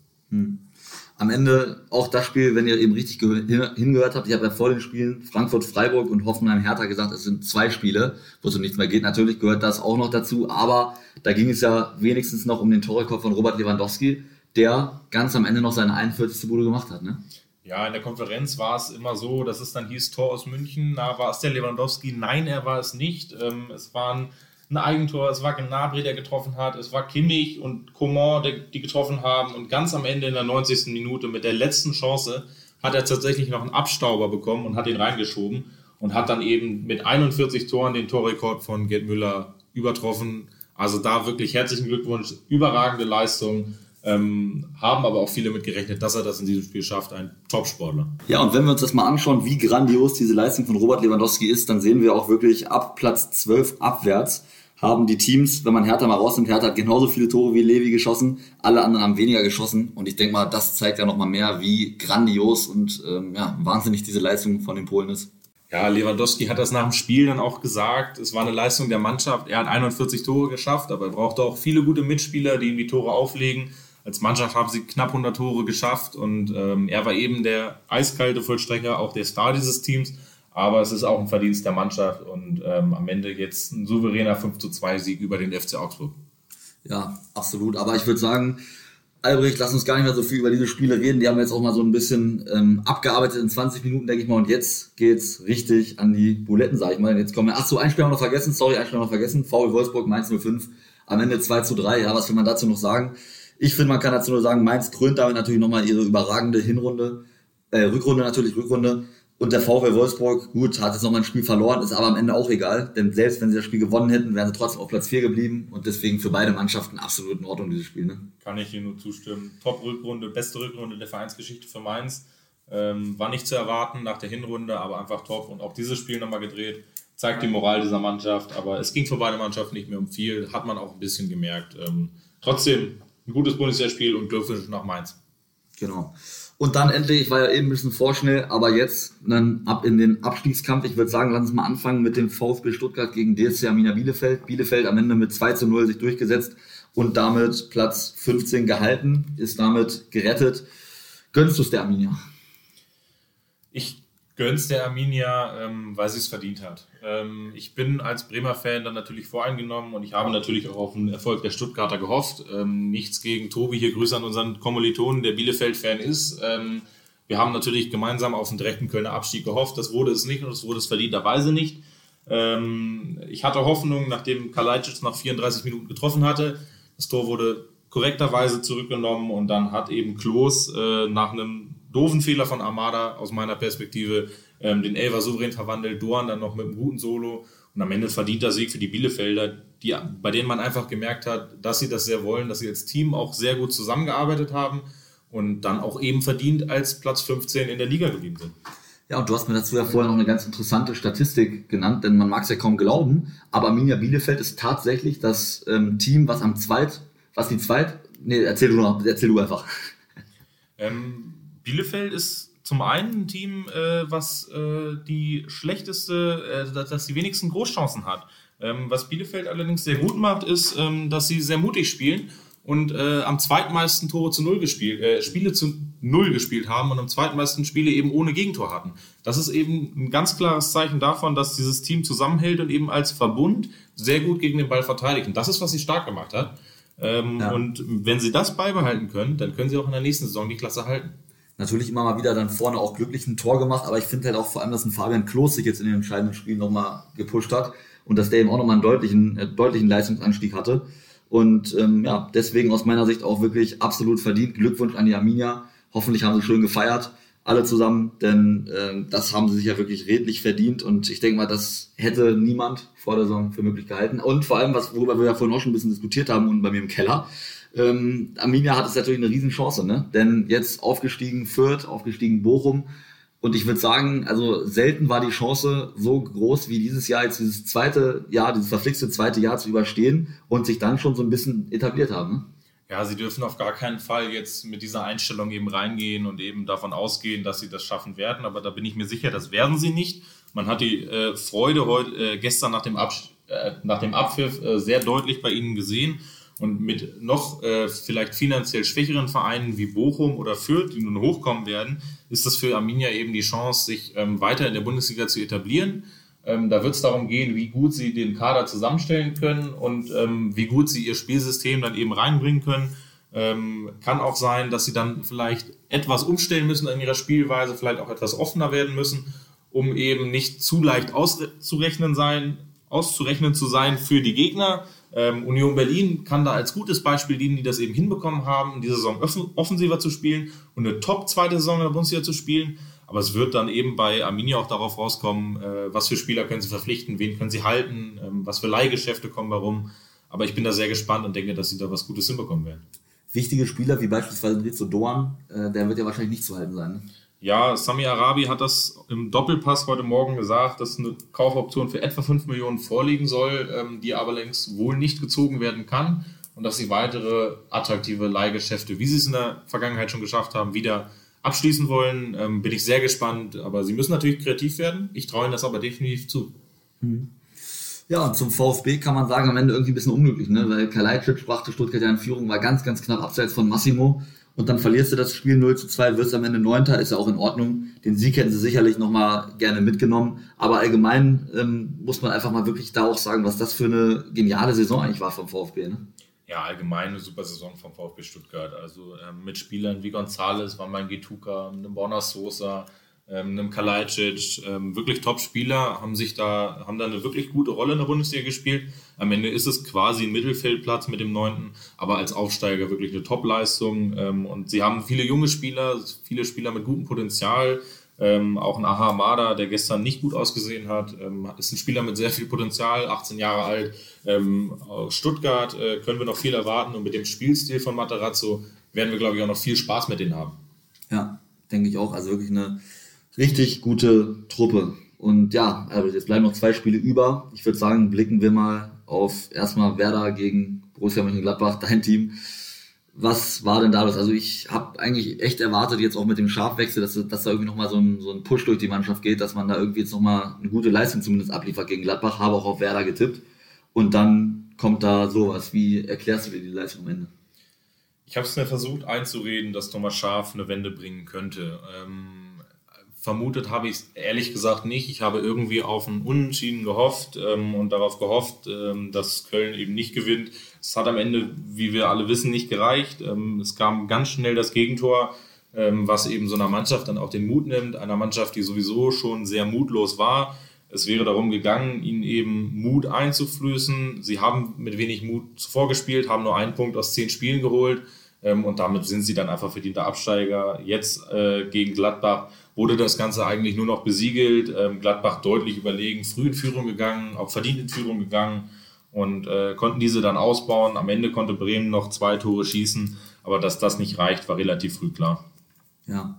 Am Ende auch das Spiel, wenn ihr eben richtig hingehört habt, ich habe ja vor den Spielen Frankfurt-Freiburg und Hoffenheim-Hertha gesagt, es sind 2 Spiele, wo es um nichts mehr geht. Natürlich gehört das auch noch dazu, aber da ging es ja wenigstens noch um den Torrekord von Robert Lewandowski, der ganz am Ende noch seine 41. Bude gemacht hat, ne? Ja, in der Konferenz war es immer so, dass es dann hieß Tor aus München. Na, war es der Lewandowski? Nein, er war es nicht. Es waren ein Eigentor, es war Gnabry, der getroffen hat, es war Kimmich und Coman, die getroffen haben und ganz am Ende in der 90. Minute mit der letzten Chance hat er tatsächlich noch einen Abstauber bekommen und hat ihn reingeschoben und hat dann eben mit 41 Toren den Torrekord von Gerd Müller übertroffen. Also da wirklich herzlichen Glückwunsch, überragende Leistung. Haben aber auch viele mit gerechnet, dass er das in diesem Spiel schafft, ein Topsportler. Ja, und wenn wir uns das mal anschauen, wie grandios diese Leistung von Robert Lewandowski ist, dann sehen wir auch wirklich ab Platz 12 abwärts haben die Teams, wenn man Hertha mal rausnimmt, Hertha hat genauso viele Tore wie Levi geschossen, alle anderen haben weniger geschossen und ich denke mal, das zeigt ja nochmal mehr, wie grandios und wahnsinnig diese Leistung von den Polen ist. Ja, Lewandowski hat das nach dem Spiel dann auch gesagt, es war eine Leistung der Mannschaft, er hat 41 Tore geschafft, aber er brauchte auch viele gute Mitspieler, die ihm die Tore auflegen. Als Mannschaft haben sie knapp 100 Tore geschafft und er war eben der eiskalte Vollstrecker, auch der Star dieses Teams. Aber es ist auch ein Verdienst der Mannschaft und am Ende jetzt ein souveräner 5:2 Sieg über den FC Augsburg. Ja, absolut. Aber ich würde sagen, Albrecht, lass uns gar nicht mehr so viel über diese Spiele reden. Die haben wir jetzt auch mal so ein bisschen abgearbeitet in 20 Minuten, denke ich mal. Und jetzt geht's richtig an die Buletten, sag ich mal. Jetzt kommen wir, ein Spiel haben wir noch vergessen. VfL Wolfsburg, Mainz 05. Am Ende 2:3. Ja, was will man dazu noch sagen? Ich finde, man kann dazu nur sagen, Mainz krönt damit natürlich nochmal ihre überragende Rückrunde. Und der VfL Wolfsburg, gut, hat jetzt nochmal ein Spiel verloren, ist aber am Ende auch egal, denn selbst wenn sie das Spiel gewonnen hätten, wären sie trotzdem auf Platz 4 geblieben und deswegen für beide Mannschaften absolut in Ordnung, dieses Spiel. Ne? Kann ich hier nur zustimmen. Top-Rückrunde, beste Rückrunde der Vereinsgeschichte für Mainz. War nicht zu erwarten nach der Hinrunde, aber einfach top. Und auch dieses Spiel nochmal gedreht, zeigt die Moral dieser Mannschaft. Aber es ging für beide Mannschaften nicht mehr um viel, hat man auch ein bisschen gemerkt. Trotzdem ein gutes Bundesligaspiel und Glückwunsch nach Mainz. Genau. Und dann endlich, ich war ja eben ein bisschen vorschnell, aber jetzt dann ab in den Abstiegskampf. Ich würde sagen, lass uns mal anfangen mit dem VfB Stuttgart gegen DSC Arminia Bielefeld. Bielefeld am Ende mit 2:0 sich durchgesetzt und damit Platz 15 gehalten, ist damit gerettet. Gönnst du es der Arminia? Ich gönn's der Arminia, weil sie es verdient hat. Ich bin als Bremer Fan dann natürlich voreingenommen und ich habe natürlich auch auf den Erfolg der Stuttgarter gehofft. Nichts gegen Tobi, hier Grüße an unseren Kommilitonen, der Bielefeld-Fan ist. Wir haben natürlich gemeinsam auf den direkten Kölner Abstieg gehofft. Das wurde es nicht und das wurde es verdienterweise nicht. Ich hatte Hoffnung, nachdem Kalajdzic nach 34 Minuten getroffen hatte. Das Tor wurde korrekterweise zurückgenommen und dann hat eben Klos nach einem doofen Fehler von Armada aus meiner Perspektive den Elfer souverän verwandelt, Doan dann noch mit einem guten Solo und am Ende verdienter Sieg für die Bielefelder, bei denen man einfach gemerkt hat, dass sie das sehr wollen, dass sie als Team auch sehr gut zusammengearbeitet haben und dann auch eben verdient als Platz 15 in der Liga geblieben sind. Ja, und du hast mir dazu ja vorher noch eine ganz interessante Statistik genannt, denn man mag es ja kaum glauben, aber Arminia Bielefeld ist tatsächlich das Team, erzähl du einfach. Bielefeld ist zum einen ein Team, was die wenigsten Großchancen hat. Was Bielefeld allerdings sehr gut macht, ist, dass sie sehr mutig spielen und am zweitmeisten Spiele zu Null gespielt haben und am zweitmeisten Spiele eben ohne Gegentor hatten. Das ist eben ein ganz klares Zeichen davon, dass dieses Team zusammenhält und eben als Verbund sehr gut gegen den Ball verteidigt. Und das ist, was sie stark gemacht hat. Und wenn sie das beibehalten können, dann können sie auch in der nächsten Saison die Klasse halten. Natürlich immer mal wieder dann vorne auch glücklich ein Tor gemacht, aber ich finde halt auch vor allem, dass ein Fabian Klos sich jetzt in den entscheidenden Spielen nochmal gepusht hat und dass der eben auch nochmal einen deutlichen Leistungsanstieg hatte. Und deswegen aus meiner Sicht auch wirklich absolut verdient. Glückwunsch an die Arminia. Hoffentlich haben sie schön gefeiert, alle zusammen, denn das haben sie sich ja wirklich redlich verdient und ich denke mal, das hätte niemand vor der Saison für möglich gehalten. Und vor allem, worüber wir ja vorhin auch schon ein bisschen diskutiert haben und bei mir im Keller, Arminia hat es natürlich eine Riesenchance, ne? Denn jetzt aufgestiegen Fürth, aufgestiegen Bochum und ich würde sagen, also selten war die Chance so groß wie dieses Jahr, jetzt dieses verflixte zweite Jahr zu überstehen und sich dann schon so ein bisschen etabliert haben. Ne? Ja, sie dürfen auf gar keinen Fall jetzt mit dieser Einstellung eben reingehen und eben davon ausgehen, dass sie das schaffen werden, aber da bin ich mir sicher, das werden sie nicht. Man hat die Freude gestern nach dem Abpfiff sehr deutlich bei ihnen gesehen. Und mit noch vielleicht finanziell schwächeren Vereinen wie Bochum oder Fürth, die nun hochkommen werden, ist das für Arminia eben die Chance, sich weiter in der Bundesliga zu etablieren. Da wird es darum gehen, wie gut sie den Kader zusammenstellen können und wie gut sie ihr Spielsystem dann eben reinbringen können. Kann auch sein, dass sie dann vielleicht etwas umstellen müssen in ihrer Spielweise, vielleicht auch etwas offener werden müssen, um eben nicht zu leicht auszurechnen zu sein für die Gegner. Union Berlin kann da als gutes Beispiel dienen, die das eben hinbekommen haben, diese Saison offensiver zu spielen und eine top-zweite Saison in der Bundesliga zu spielen. Aber es wird dann eben bei Arminia auch darauf rauskommen, was für Spieler können sie verpflichten, wen können sie halten, was für Leihgeschäfte kommen warum. Aber ich bin da sehr gespannt und denke, dass sie da was Gutes hinbekommen werden. Wichtige Spieler wie beispielsweise Rizzo Doan, der wird ja wahrscheinlich nicht zu halten sein. Ne? Ja, Sami Arabi hat das im Doppelpass heute Morgen gesagt, dass eine Kaufoption für etwa 5 Millionen vorliegen soll, die aber längst wohl nicht gezogen werden kann und dass sie weitere attraktive Leihgeschäfte, wie sie es in der Vergangenheit schon geschafft haben, wieder abschließen wollen. Bin ich sehr gespannt, aber sie müssen natürlich kreativ werden. Ich traue ihnen das aber definitiv zu. Ja, und zum VfB kann man sagen, am Ende irgendwie ein bisschen unglücklich, ne? Weil Kalajdzic brachte Stuttgart ja in Führung, war ganz, ganz knapp abseits von Massimo. Und dann verlierst du das Spiel 0:2, wirst am Ende 9. Ist ja auch in Ordnung. Den Sieg hätten sie sicherlich nochmal gerne mitgenommen. Aber allgemein muss man einfach mal wirklich da auch sagen, was das für eine geniale Saison eigentlich war vom VfB. Ne? Ja, allgemein eine super Saison vom VfB Stuttgart. Also mit Spielern wie González, Wamangituka, einem Borna Sosa, einem Kalajdzic, wirklich Top-Spieler, haben da eine wirklich gute Rolle in der Bundesliga gespielt. Am Ende ist es quasi ein Mittelfeldplatz mit dem 9., aber als Aufsteiger wirklich eine Top-Leistung. Und sie haben viele junge Spieler, viele Spieler mit gutem Potenzial. Auch ein Aha Amada, der gestern nicht gut ausgesehen hat, ist ein Spieler mit sehr viel Potenzial, 18 Jahre alt. Aus Stuttgart können wir noch viel erwarten und mit dem Spielstil von Matarazzo werden wir, glaube ich, auch noch viel Spaß mit denen haben. Ja, denke ich auch. Also wirklich eine richtig gute Truppe. Und ja, also jetzt bleiben noch 2 Spiele über. Ich würde sagen, blicken wir mal auf erstmal Werder gegen Borussia Mönchengladbach, dein Team. Was war denn da los? Also ich habe eigentlich echt erwartet, jetzt auch mit dem Schafwechsel, dass da irgendwie nochmal so ein Push durch die Mannschaft geht, dass man da irgendwie jetzt nochmal eine gute Leistung zumindest abliefert gegen Gladbach. Habe auch auf Werder getippt. Und dann kommt da sowas. Wie erklärst du dir die Leistung am Ende? Ich habe es mir versucht einzureden, dass Thomas Schaaf eine Wende bringen könnte. Vermutet habe ich es ehrlich gesagt nicht. Ich habe irgendwie auf einen Unentschieden gehofft und darauf gehofft, dass Köln eben nicht gewinnt. Es hat am Ende, wie wir alle wissen, nicht gereicht. Es kam ganz schnell das Gegentor, was eben so einer Mannschaft dann auch den Mut nimmt. Einer Mannschaft, die sowieso schon sehr mutlos war. Es wäre darum gegangen, ihnen eben Mut einzuflößen. Sie haben mit wenig Mut zuvor gespielt, haben nur 1 Punkt aus 10 Spielen geholt. Und damit sind sie dann einfach verdienter Absteiger. Jetzt gegen Gladbach wurde das Ganze eigentlich nur noch besiegelt. Gladbach deutlich überlegen, früh in Führung gegangen, auch verdient in Führung gegangen und konnten diese dann ausbauen. Am Ende konnte Bremen noch 2 Tore schießen, aber dass das nicht reicht, war relativ früh klar. Ja,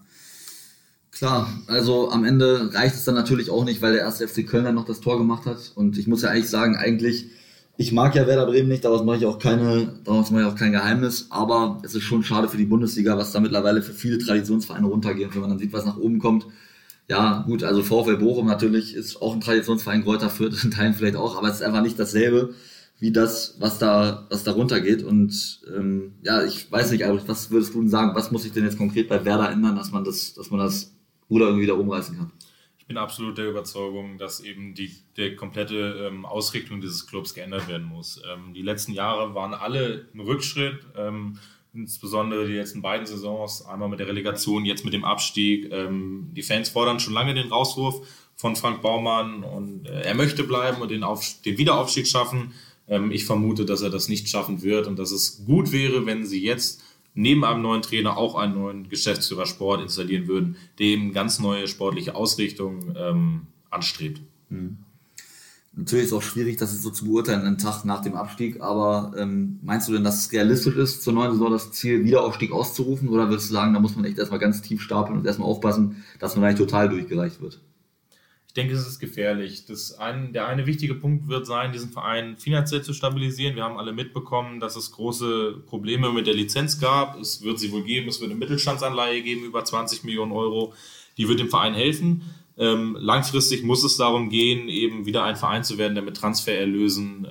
klar. Also am Ende reicht es dann natürlich auch nicht, weil der 1. FC Köln dann noch das Tor gemacht hat. Und ich muss ja eigentlich sagen, ich mag ja Werder Bremen nicht, daraus mache ich auch kein Geheimnis, aber es ist schon schade für die Bundesliga, was da mittlerweile für viele Traditionsvereine runtergeht, wenn man dann sieht, was nach oben kommt. Ja, gut, also VfL Bochum natürlich ist auch ein Traditionsverein, Greuther Fürth in Teilen vielleicht auch, aber es ist einfach nicht dasselbe wie das, was da runtergeht. Und ja, ich weiß nicht, Albrecht, was würdest du denn sagen, was muss sich denn jetzt konkret bei Werder ändern, dass man das Ruder irgendwie wieder rumreißen kann? Ich bin absolut der Überzeugung, dass eben die komplette Ausrichtung dieses Clubs geändert werden muss. Die letzten Jahre waren alle ein Rückschritt, insbesondere die letzten beiden Saisons, einmal mit der Relegation, jetzt mit dem Abstieg. Die Fans fordern schon lange den Rauswurf von Frank Baumann und er möchte bleiben und den Wiederaufstieg schaffen. Ich vermute, dass er das nicht schaffen wird und dass es gut wäre, wenn sie jetzt neben einem neuen Trainer auch einen neuen Geschäftsführer Sport installieren würden, der eben ganz neue sportliche Ausrichtung anstrebt. Natürlich ist es auch schwierig, das jetzt so zu beurteilen, einen Tag nach dem Abstieg, aber meinst du denn, dass es realistisch ist, zur neuen Saison das Ziel Wiederaufstieg auszurufen, oder würdest du sagen, da muss man echt erstmal ganz tief stapeln und erstmal aufpassen, dass man da nicht total durchgereicht wird? Ich denke, es ist gefährlich. Der eine wichtige Punkt wird sein, diesen Verein finanziell zu stabilisieren. Wir haben alle mitbekommen, dass es große Probleme mit der Lizenz gab. Es wird sie wohl geben. Es wird eine Mittelstandsanleihe geben, über 20 Millionen Euro. Die wird dem Verein helfen. Langfristig muss es darum gehen, eben wieder ein Verein zu werden, der mit Transfererlösen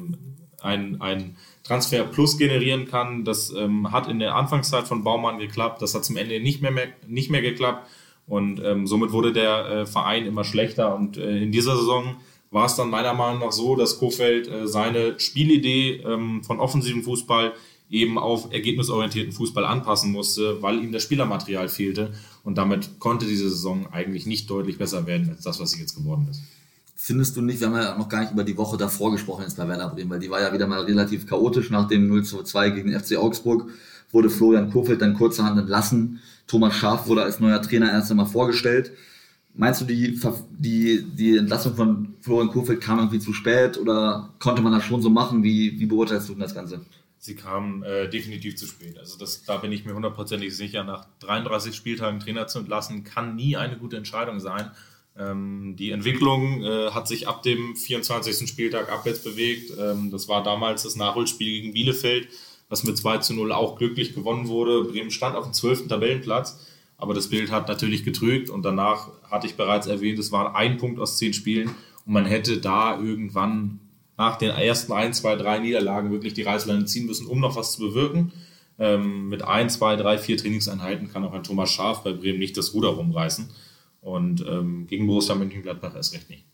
ein Transfer Plus generieren kann. Das hat in der Anfangszeit von Baumann geklappt. Das hat zum Ende nicht mehr geklappt. Und somit wurde der Verein immer schlechter. Und in dieser Saison war es dann meiner Meinung nach so, dass Kohfeldt seine Spielidee von offensivem Fußball eben auf ergebnisorientierten Fußball anpassen musste, weil ihm das Spielermaterial fehlte. Und damit konnte diese Saison eigentlich nicht deutlich besser werden als das, was sie jetzt geworden ist. Findest du nicht, wir haben ja noch gar nicht über die Woche davor gesprochen jetzt bei Werder Bremen, weil die war ja wieder mal relativ chaotisch. Nach dem 0:2 gegen den FC Augsburg wurde Florian Kohfeldt dann kurzerhand entlassen. Thomas Schaaf wurde als neuer Trainer erst einmal vorgestellt. Meinst du, die Entlassung von Florian Kohfeldt kam irgendwie zu spät oder konnte man das schon so machen? Wie beurteilst du denn das Ganze? Sie kam definitiv zu spät. Also da bin ich mir 100% sicher. Nach 33 Spieltagen Trainer zu entlassen, kann nie eine gute Entscheidung sein. Die Entwicklung hat sich ab dem 24. Spieltag abwärts bewegt. Das war damals das Nachholspiel gegen Bielefeld, was mit 2:0 auch glücklich gewonnen wurde. Bremen stand auf dem 12. Tabellenplatz, aber das Bild hat natürlich getrügt und danach, hatte ich bereits erwähnt, es war 1 Punkt aus 10 Spielen und man hätte da irgendwann nach den ersten 1, 2, 3 Niederlagen wirklich die Reißleine ziehen müssen, um noch was zu bewirken. Mit 1, 2, 3, 4 Trainingseinheiten kann auch ein Thomas Schaaf bei Bremen nicht das Ruder rumreißen und gegen Borussia Mönchengladbach erst recht nicht.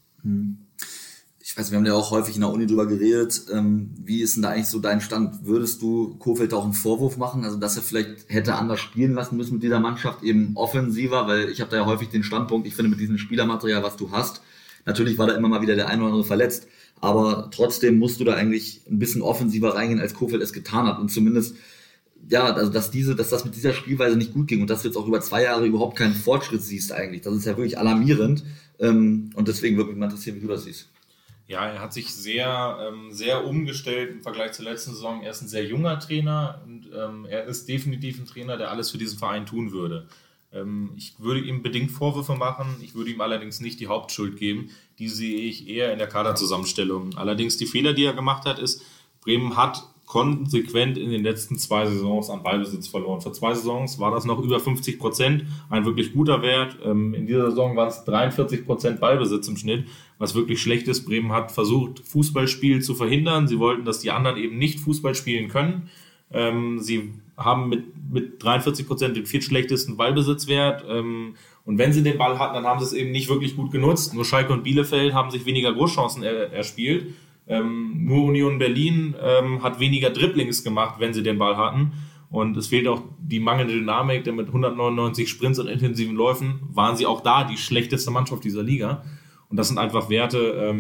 Ich weiß, wir haben ja auch häufig in der Uni drüber geredet. Wie ist denn da eigentlich so dein Stand? Würdest du Kohfeldt auch einen Vorwurf machen, also dass er vielleicht hätte anders spielen lassen müssen mit dieser Mannschaft, eben offensiver? Weil ich habe da ja häufig den Standpunkt, ich finde mit diesem Spielermaterial, was du hast, natürlich war da immer mal wieder der ein oder andere verletzt, aber trotzdem musst du da eigentlich ein bisschen offensiver reingehen, als Kohfeldt es getan hat und zumindest also dass das mit dieser Spielweise nicht gut ging und dass du jetzt auch über 2 Jahre überhaupt keinen Fortschritt siehst eigentlich. Das ist ja wirklich alarmierend. Und deswegen würde mich mal interessieren, wie du das siehst. Ja, er hat sich sehr umgestellt im Vergleich zur letzten Saison. Er ist ein sehr junger Trainer und er ist definitiv ein Trainer, der alles für diesen Verein tun würde. Ich würde ihm bedingt Vorwürfe machen, ich würde ihm allerdings nicht die Hauptschuld geben. Die sehe ich eher in der Kaderzusammenstellung. Allerdings die Fehler, die er gemacht hat, ist, Bremen hat konsequent in den letzten 2 Saisons an Ballbesitz verloren. Vor 2 Saisons war das noch über 50%, ein wirklich guter Wert. In dieser Saison waren es 43% Ballbesitz im Schnitt, was wirklich schlecht ist. Bremen hat versucht, Fußballspiel zu verhindern. Sie wollten, dass die anderen eben nicht Fußball spielen können. Sie haben mit 43% den viertschlechtesten Ballbesitzwert. Und wenn sie den Ball hatten, dann haben sie es eben nicht wirklich gut genutzt. Nur Schalke und Bielefeld haben sich weniger Großchancen erspielt. Nur Union Berlin hat weniger Dribblings gemacht, wenn sie den Ball hatten. Und es fehlt auch die mangelnde Dynamik, denn mit 199 Sprints und intensiven Läufen waren sie auch da die schlechteste Mannschaft dieser Liga. Und das sind einfach Werte,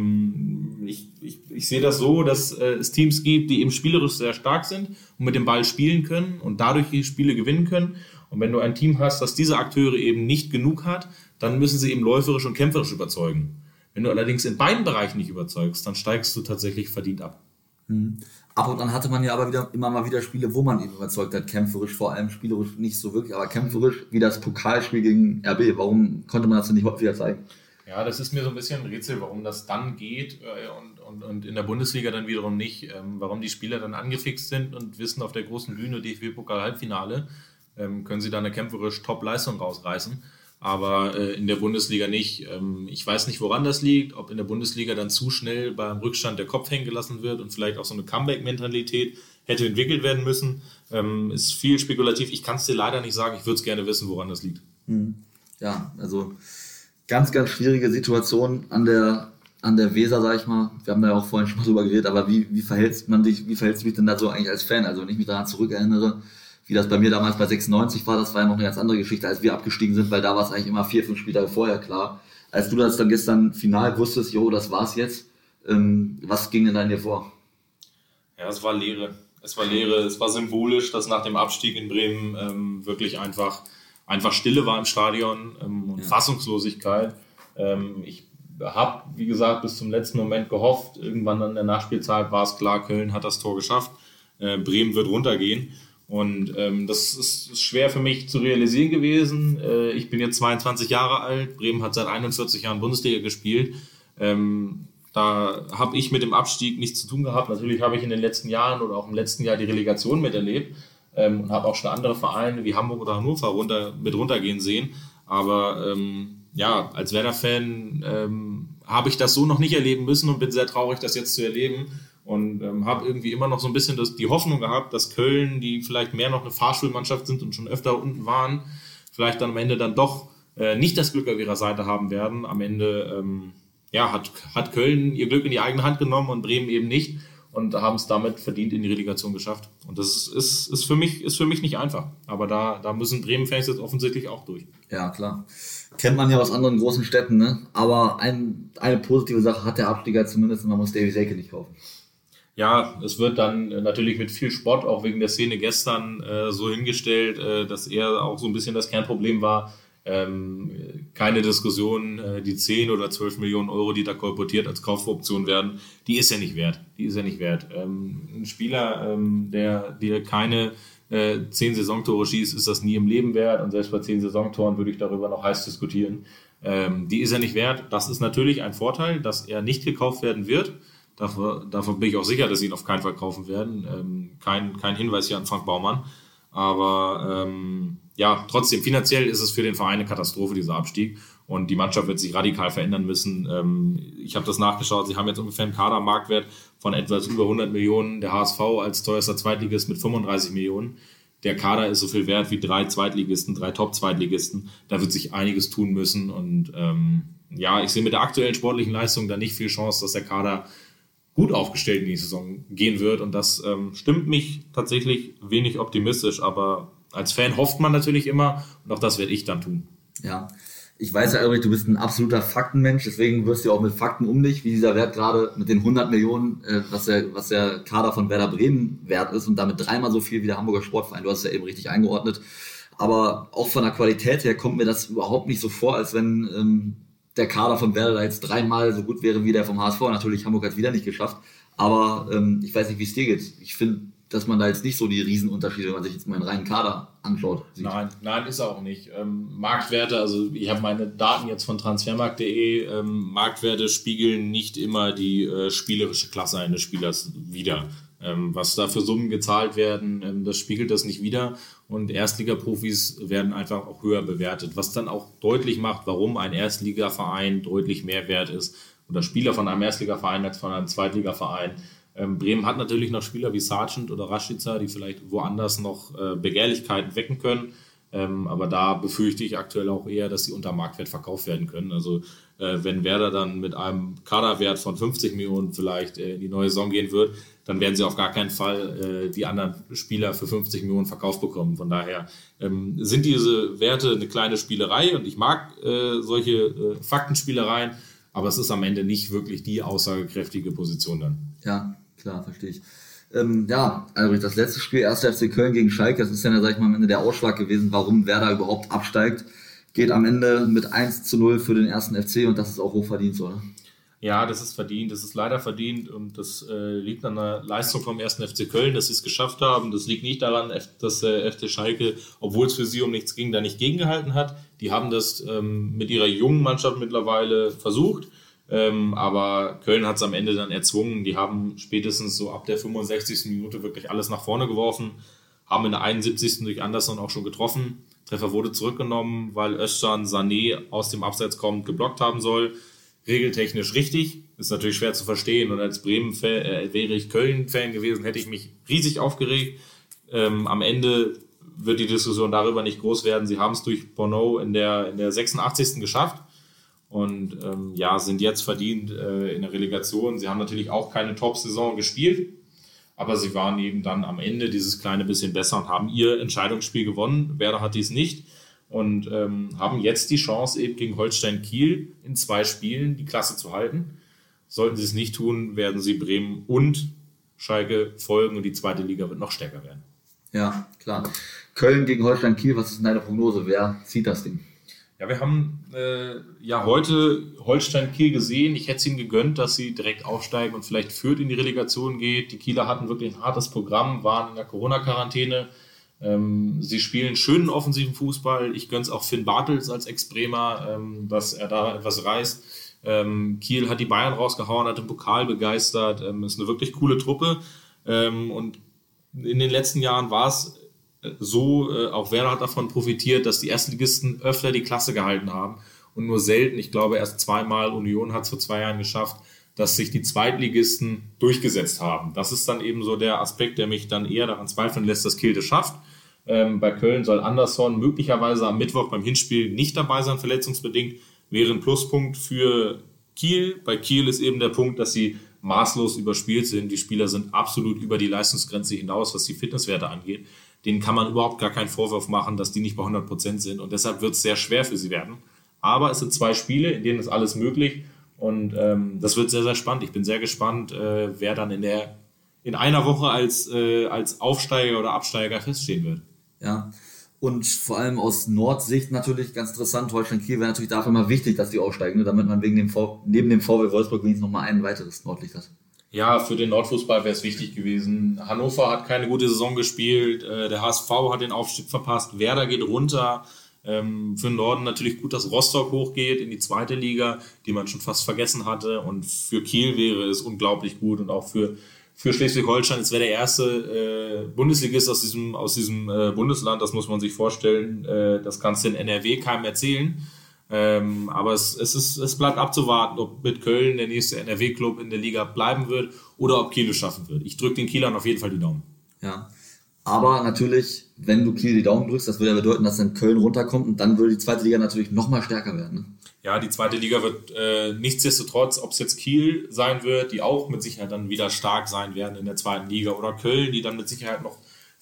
ich sehe das so, dass es Teams gibt, die eben spielerisch sehr stark sind und mit dem Ball spielen können und dadurch die Spiele gewinnen können. Und wenn du ein Team hast, das diese Akteure eben nicht genug hat, dann müssen sie eben läuferisch und kämpferisch überzeugen. Wenn du allerdings in beiden Bereichen nicht überzeugst, dann steigst du tatsächlich verdient ab. Ab und an hatte man ja aber immer mal wieder Spiele, wo man eben überzeugt hat, kämpferisch, vor allem spielerisch nicht so wirklich, aber kämpferisch, wie das Pokalspiel gegen RB. Warum konnte man das denn nicht häufiger zeigen? Ja, das ist mir so ein bisschen ein Rätsel, warum das dann geht und in der Bundesliga dann wiederum nicht. Warum die Spieler dann angefixt sind und wissen, auf der großen Bühne DFB-Pokal-Halbfinale können sie da eine kämpferisch Top-Leistung rausreißen. Aber in der Bundesliga nicht. Ich weiß nicht, woran das liegt, ob in der Bundesliga dann zu schnell beim Rückstand der Kopf hängen gelassen wird und vielleicht auch so eine Comeback-Mentalität hätte entwickelt werden müssen. Ist viel spekulativ. Ich kann es dir leider nicht sagen. Ich würde es gerne wissen, woran das liegt. Ja, also ganz, ganz schwierige Situation an der Weser, sag ich mal. Wir haben da ja auch vorhin schon mal drüber geredet, aber wie verhältst du dich denn da so eigentlich als Fan? Also wenn ich mich daran zurückerinnere, wie das bei mir damals bei 96 war, das war ja noch eine ganz andere Geschichte, als wir abgestiegen sind, weil da war es eigentlich immer 4-5 Spieltage vorher klar. Als du das dann gestern final wusstest, das war's jetzt, was ging denn da in dir vor? Ja, es war Leere. Es war symbolisch, dass nach dem Abstieg in Bremen wirklich einfach Stille war im Stadion und Fassungslosigkeit. Ich habe, wie gesagt, bis zum letzten Moment gehofft. Irgendwann an der Nachspielzeit war es klar, Köln hat das Tor geschafft. Bremen wird runtergehen. Und das ist schwer für mich zu realisieren gewesen. Ich bin jetzt 22 Jahre alt. Bremen hat seit 41 Jahren Bundesliga gespielt. Da habe ich mit dem Abstieg nichts zu tun gehabt. Natürlich habe ich in den letzten Jahren oder auch im letzten Jahr die Relegation miterlebt und habe auch schon andere Vereine wie Hamburg oder Hannover mit runtergehen sehen. Aber als Werder-Fan habe ich das so noch nicht erleben müssen und bin sehr traurig, das jetzt zu erleben. Und habe irgendwie immer noch so ein bisschen die Hoffnung gehabt, dass Köln, die vielleicht mehr noch eine Fahrschulmannschaft sind und schon öfter unten waren, vielleicht dann am Ende dann doch nicht das Glück auf ihrer Seite haben werden. Am Ende hat Köln ihr Glück in die eigene Hand genommen und Bremen eben nicht und haben es damit verdient in die Relegation geschafft. Und das ist für mich nicht einfach. Aber da müssen Bremen-Fans jetzt offensichtlich auch durch. Ja, klar. Kennt man ja aus anderen großen Städten, ne? Aber eine positive Sache hat der Absteiger zumindest, man muss Davy Selke nicht kaufen. Ja, es wird dann natürlich mit viel Spott, auch wegen der Szene gestern, so hingestellt, dass er auch so ein bisschen das Kernproblem war. Keine Diskussion, die 10 oder 12 Millionen Euro, die da kolportiert als Kaufoption werden, die ist ja nicht wert. Ein Spieler, der keine 10 Saisontore schießt, ist das nie im Leben wert. Und selbst bei 10 Saisontoren würde ich darüber noch heiß diskutieren. Die ist er nicht wert. Das ist natürlich ein Vorteil, dass er nicht gekauft werden wird. Davon bin ich auch sicher, dass sie ihn auf keinen Fall kaufen werden. Kein Hinweis hier an Frank Baumann. Aber trotzdem, finanziell ist es für den Verein eine Katastrophe, dieser Abstieg. Und die Mannschaft wird sich radikal verändern müssen. Ich habe das nachgeschaut. Sie haben jetzt ungefähr einen Kadermarktwert von etwas über 100 Millionen. Der HSV als teuerster Zweitligist mit 35 Millionen. Der Kader ist so viel wert wie 3 Top-Zweitligisten. Da wird sich einiges tun müssen. Und ich sehe mit der aktuellen sportlichen Leistung da nicht viel Chance, dass der Kader gut aufgestellt in die Saison gehen wird. Und das stimmt mich tatsächlich wenig optimistisch. Aber als Fan hofft man natürlich immer. Und auch das werde ich dann tun. Ja, ich weiß ja, Ulrich, du bist ein absoluter Faktenmensch, deswegen wirst du auch mit Fakten um dich, wie dieser Wert gerade mit den 100 Millionen, was der Kader von Werder Bremen wert ist und damit dreimal so viel wie der Hamburger Sportverein. Du hast es ja eben richtig eingeordnet. Aber auch von der Qualität her kommt mir das überhaupt nicht so vor, als wenn der Kader von Werder jetzt dreimal so gut wäre wie der vom HSV. Natürlich, Hamburg hat es wieder nicht geschafft. Aber ich weiß nicht, wie es dir geht. Ich finde, dass man da jetzt nicht so die Riesenunterschiede, wenn man sich jetzt mal einen reinen Kader anschaut, sieht. Nein, ist er auch nicht. Marktwerte, also ich habe meine Daten jetzt von transfermarkt.de, Marktwerte spiegeln nicht immer die spielerische Klasse eines Spielers wider. Was da für Summen gezahlt werden, das spiegelt das nicht wider. Und Erstligaprofis werden einfach auch höher bewertet, was dann auch deutlich macht, warum ein Erstligaverein deutlich mehr wert ist oder Spieler von einem Erstligaverein als von einem Zweitligaverein. Bremen hat natürlich noch Spieler wie Sargent oder Rashica, die vielleicht woanders noch Begehrlichkeiten wecken können. Aber da befürchte ich aktuell auch eher, dass sie unter Marktwert verkauft werden können. Also wenn Werder dann mit einem Kaderwert von 50 Millionen vielleicht in die neue Saison gehen wird, dann werden sie auf gar keinen Fall die anderen Spieler für 50 Millionen verkauft bekommen. Von daher sind diese Werte eine kleine Spielerei und ich mag solche Faktenspielereien, aber es ist am Ende nicht wirklich die aussagekräftige Position dann. Ja, klar, verstehe ich. Also das letzte Spiel, 1. FC Köln gegen Schalke, das ist ja, sag ich mal, am Ende der Ausschlag gewesen, warum Werder überhaupt absteigt. Geht am Ende mit 1:0 für den 1. FC und das ist auch hochverdient, oder? Ja, das ist verdient, das ist leider verdient und das liegt an der Leistung vom 1. FC Köln, dass sie es geschafft haben. Das liegt nicht daran, dass der FC Schalke, obwohl es für sie um nichts ging, da nicht gegengehalten hat. Die haben das mit ihrer jungen Mannschaft mittlerweile versucht. Aber Köln hat es am Ende dann erzwungen. Die haben spätestens so ab der 65. Minute wirklich alles nach vorne geworfen, haben in der 71. durch Anderson auch schon getroffen. Treffer wurde zurückgenommen, weil Özcan Sané aus dem Abseits kommend geblockt haben soll. Regeltechnisch richtig, ist natürlich schwer zu verstehen. Und als Bremen-Fan wäre ich Köln-Fan gewesen, hätte ich mich riesig aufgeregt. Am Ende wird die Diskussion darüber nicht groß werden. Sie haben es durch Bono in der 86. geschafft. Und sind jetzt verdient in der Relegation. Sie haben natürlich auch keine Top-Saison gespielt, aber sie waren eben dann am Ende dieses kleine bisschen besser und haben ihr Entscheidungsspiel gewonnen. Werder hat dies nicht und haben jetzt die Chance, eben gegen Holstein Kiel in 2 Spielen die Klasse zu halten. Sollten sie es nicht tun, werden sie Bremen und Schalke folgen und die zweite Liga wird noch stärker werden. Ja, klar. Köln gegen Holstein Kiel, was ist denn deine Prognose? Wer zieht das Ding? Ja, wir haben heute Holstein Kiel gesehen. Ich hätte es ihnen gegönnt, dass sie direkt aufsteigen und vielleicht Fürth in die Relegation geht. Die Kieler hatten wirklich ein hartes Programm, waren in der Corona-Quarantäne. Sie spielen schönen offensiven Fußball. Ich gönne es auch Finn Bartels als Ex-Bremer, dass er da etwas reißt. Kiel hat die Bayern rausgehauen, hat den Pokal begeistert. Ist eine wirklich coole Truppe. Und in den letzten Jahren war es so, auch Werder hat davon profitiert, dass die Erstligisten öfter die Klasse gehalten haben und nur selten, ich glaube erst 2-mal, Union hat es vor 2 Jahren geschafft, dass sich die Zweitligisten durchgesetzt haben. Das ist dann eben so der Aspekt, der mich dann eher daran zweifeln lässt, dass Kiel das schafft. Bei Köln soll Anderson möglicherweise am Mittwoch beim Hinspiel nicht dabei sein, verletzungsbedingt, wäre ein Pluspunkt für Kiel. Bei Kiel ist eben der Punkt, dass sie maßlos überspielt sind. Die Spieler sind absolut über die Leistungsgrenze hinaus, was die Fitnesswerte angeht. Denen kann man überhaupt gar keinen Vorwurf machen, dass die nicht bei 100% sind und deshalb wird es sehr schwer für sie werden. Aber es sind 2 Spiele, in denen ist alles möglich und das wird sehr, sehr spannend. Ich bin sehr gespannt, wer dann in einer Woche als Aufsteiger oder Absteiger feststehen wird. Ja, und vor allem aus Nordsicht natürlich ganz interessant, Holstein Kiel wäre natürlich dafür mal wichtig, dass die aufsteigen, ne, damit man neben dem VW Wolfsburg wenigstens nochmal ein weiteres Nordlicht hat. Ja, für den Nordfußball wäre es wichtig gewesen. Hannover hat keine gute Saison gespielt, der HSV hat den Aufstieg verpasst, Werder geht runter. Für den Norden natürlich gut, dass Rostock hochgeht in die 2. Liga, die man schon fast vergessen hatte. Und für Kiel wäre es unglaublich gut und auch für Schleswig-Holstein. Es wäre der erste Bundesligist aus diesem Bundesland, das muss man sich vorstellen. Das kannst du in NRW keinem erzählen. Aber es bleibt abzuwarten, ob mit Köln der nächste NRW-Club in der Liga bleiben wird oder ob Kiel es schaffen wird. Ich drücke den Kielern auf jeden Fall die Daumen. Ja, aber natürlich, wenn du Kiel die Daumen drückst, das würde ja bedeuten, dass dann Köln runterkommt und dann würde die 2. Liga natürlich nochmal stärker werden. Ne? Ja, die 2. Liga wird nichtsdestotrotz, ob es jetzt Kiel sein wird, die auch mit Sicherheit dann wieder stark sein werden in der 2. Liga oder Köln, die dann mit Sicherheit noch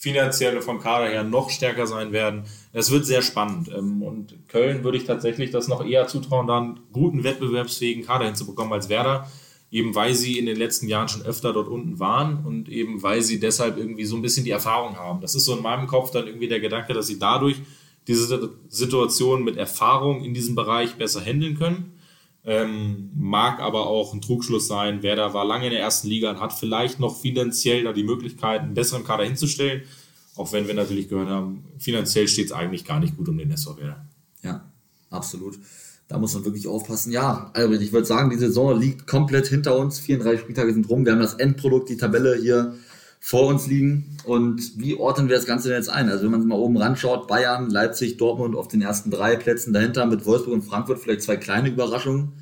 finanziell vom Kader her noch stärker sein werden. Es wird sehr spannend. Und Köln würde ich tatsächlich das noch eher zutrauen, da einen guten wettbewerbsfähigen Kader hinzubekommen als Werder. Eben weil sie in den letzten Jahren schon öfter dort unten waren und eben weil sie deshalb irgendwie so ein bisschen die Erfahrung haben. Das ist so in meinem Kopf dann irgendwie der Gedanke, dass sie dadurch diese Situation mit Erfahrung in diesem Bereich besser handeln können. Mag aber auch ein Trugschluss sein. Werder war lange in der ersten Liga und hat vielleicht noch finanziell da die Möglichkeit, einen besseren Kader hinzustellen. Auch wenn wir natürlich gehört haben, finanziell steht es eigentlich gar nicht gut um den SV Werder. Ja, absolut. Da muss man wirklich aufpassen. Ja, Albrecht, ich würde sagen, die Saison liegt komplett hinter uns. 34 Spieltage sind rum. Wir haben das Endprodukt, die Tabelle hier vor uns liegen. Und wie ordnen wir das Ganze denn jetzt ein? Also wenn man mal oben ranschaut, Bayern, Leipzig, Dortmund auf den ersten 3 Plätzen dahinter mit Wolfsburg und Frankfurt vielleicht 2 kleine Überraschungen.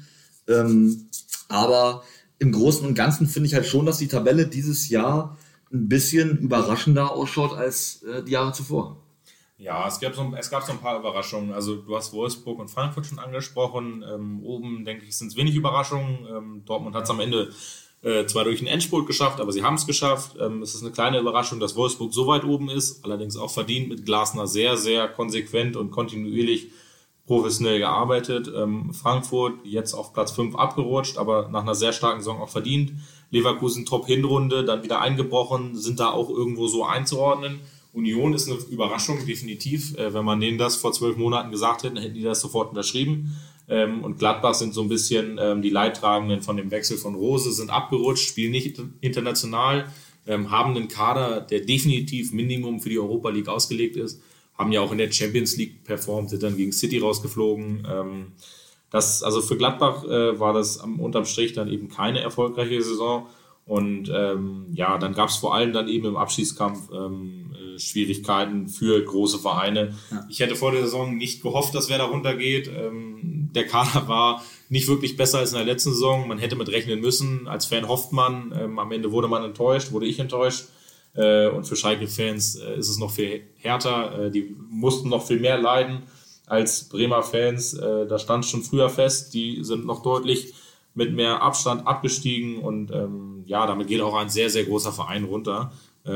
Aber im Großen und Ganzen finde ich halt schon, dass die Tabelle dieses Jahr ein bisschen überraschender ausschaut als die Jahre zuvor. Ja, es gab so ein paar Überraschungen. Also du hast Wolfsburg und Frankfurt schon angesprochen. Oben, denke ich, sind es wenig Überraschungen. Dortmund hat es am Ende zwar durch einen Endspurt geschafft, aber sie haben es geschafft. Es ist eine kleine Überraschung, dass Wolfsburg so weit oben ist, allerdings auch verdient mit Glasner sehr, sehr konsequent und kontinuierlich professionell gearbeitet. Frankfurt jetzt auf Platz 5 abgerutscht, aber nach einer sehr starken Saison auch verdient. Leverkusen Top-Hinrunde, dann wieder eingebrochen, sind da auch irgendwo so einzuordnen. Union ist eine Überraschung, definitiv. Wenn man denen das vor 12 Monaten gesagt hätte, hätten die das sofort unterschrieben. Und Gladbach sind so ein bisschen die Leidtragenden von dem Wechsel von Rose, sind abgerutscht, spielen nicht international, haben einen Kader, der definitiv Minimum für die Europa League ausgelegt ist, haben ja auch in der Champions League performt, sind dann gegen City rausgeflogen. Also für Gladbach war das unterm Strich dann eben keine erfolgreiche Saison. Und dann gab es vor allem dann eben im Abschiedskampf Schwierigkeiten für große Vereine. Ja. Ich hätte vor der Saison nicht gehofft, dass Werder runtergeht. Der Kader war nicht wirklich besser als in der letzten Saison. Man hätte mit rechnen müssen. Als Fan hofft man. Am Ende wurde ich enttäuscht. Und für Schalke-Fans ist es noch viel härter. Die mussten noch viel mehr leiden als Bremer Fans. Da stand schon früher fest. Die sind noch deutlich mit mehr Abstand abgestiegen und damit geht auch ein sehr, sehr großer Verein runter.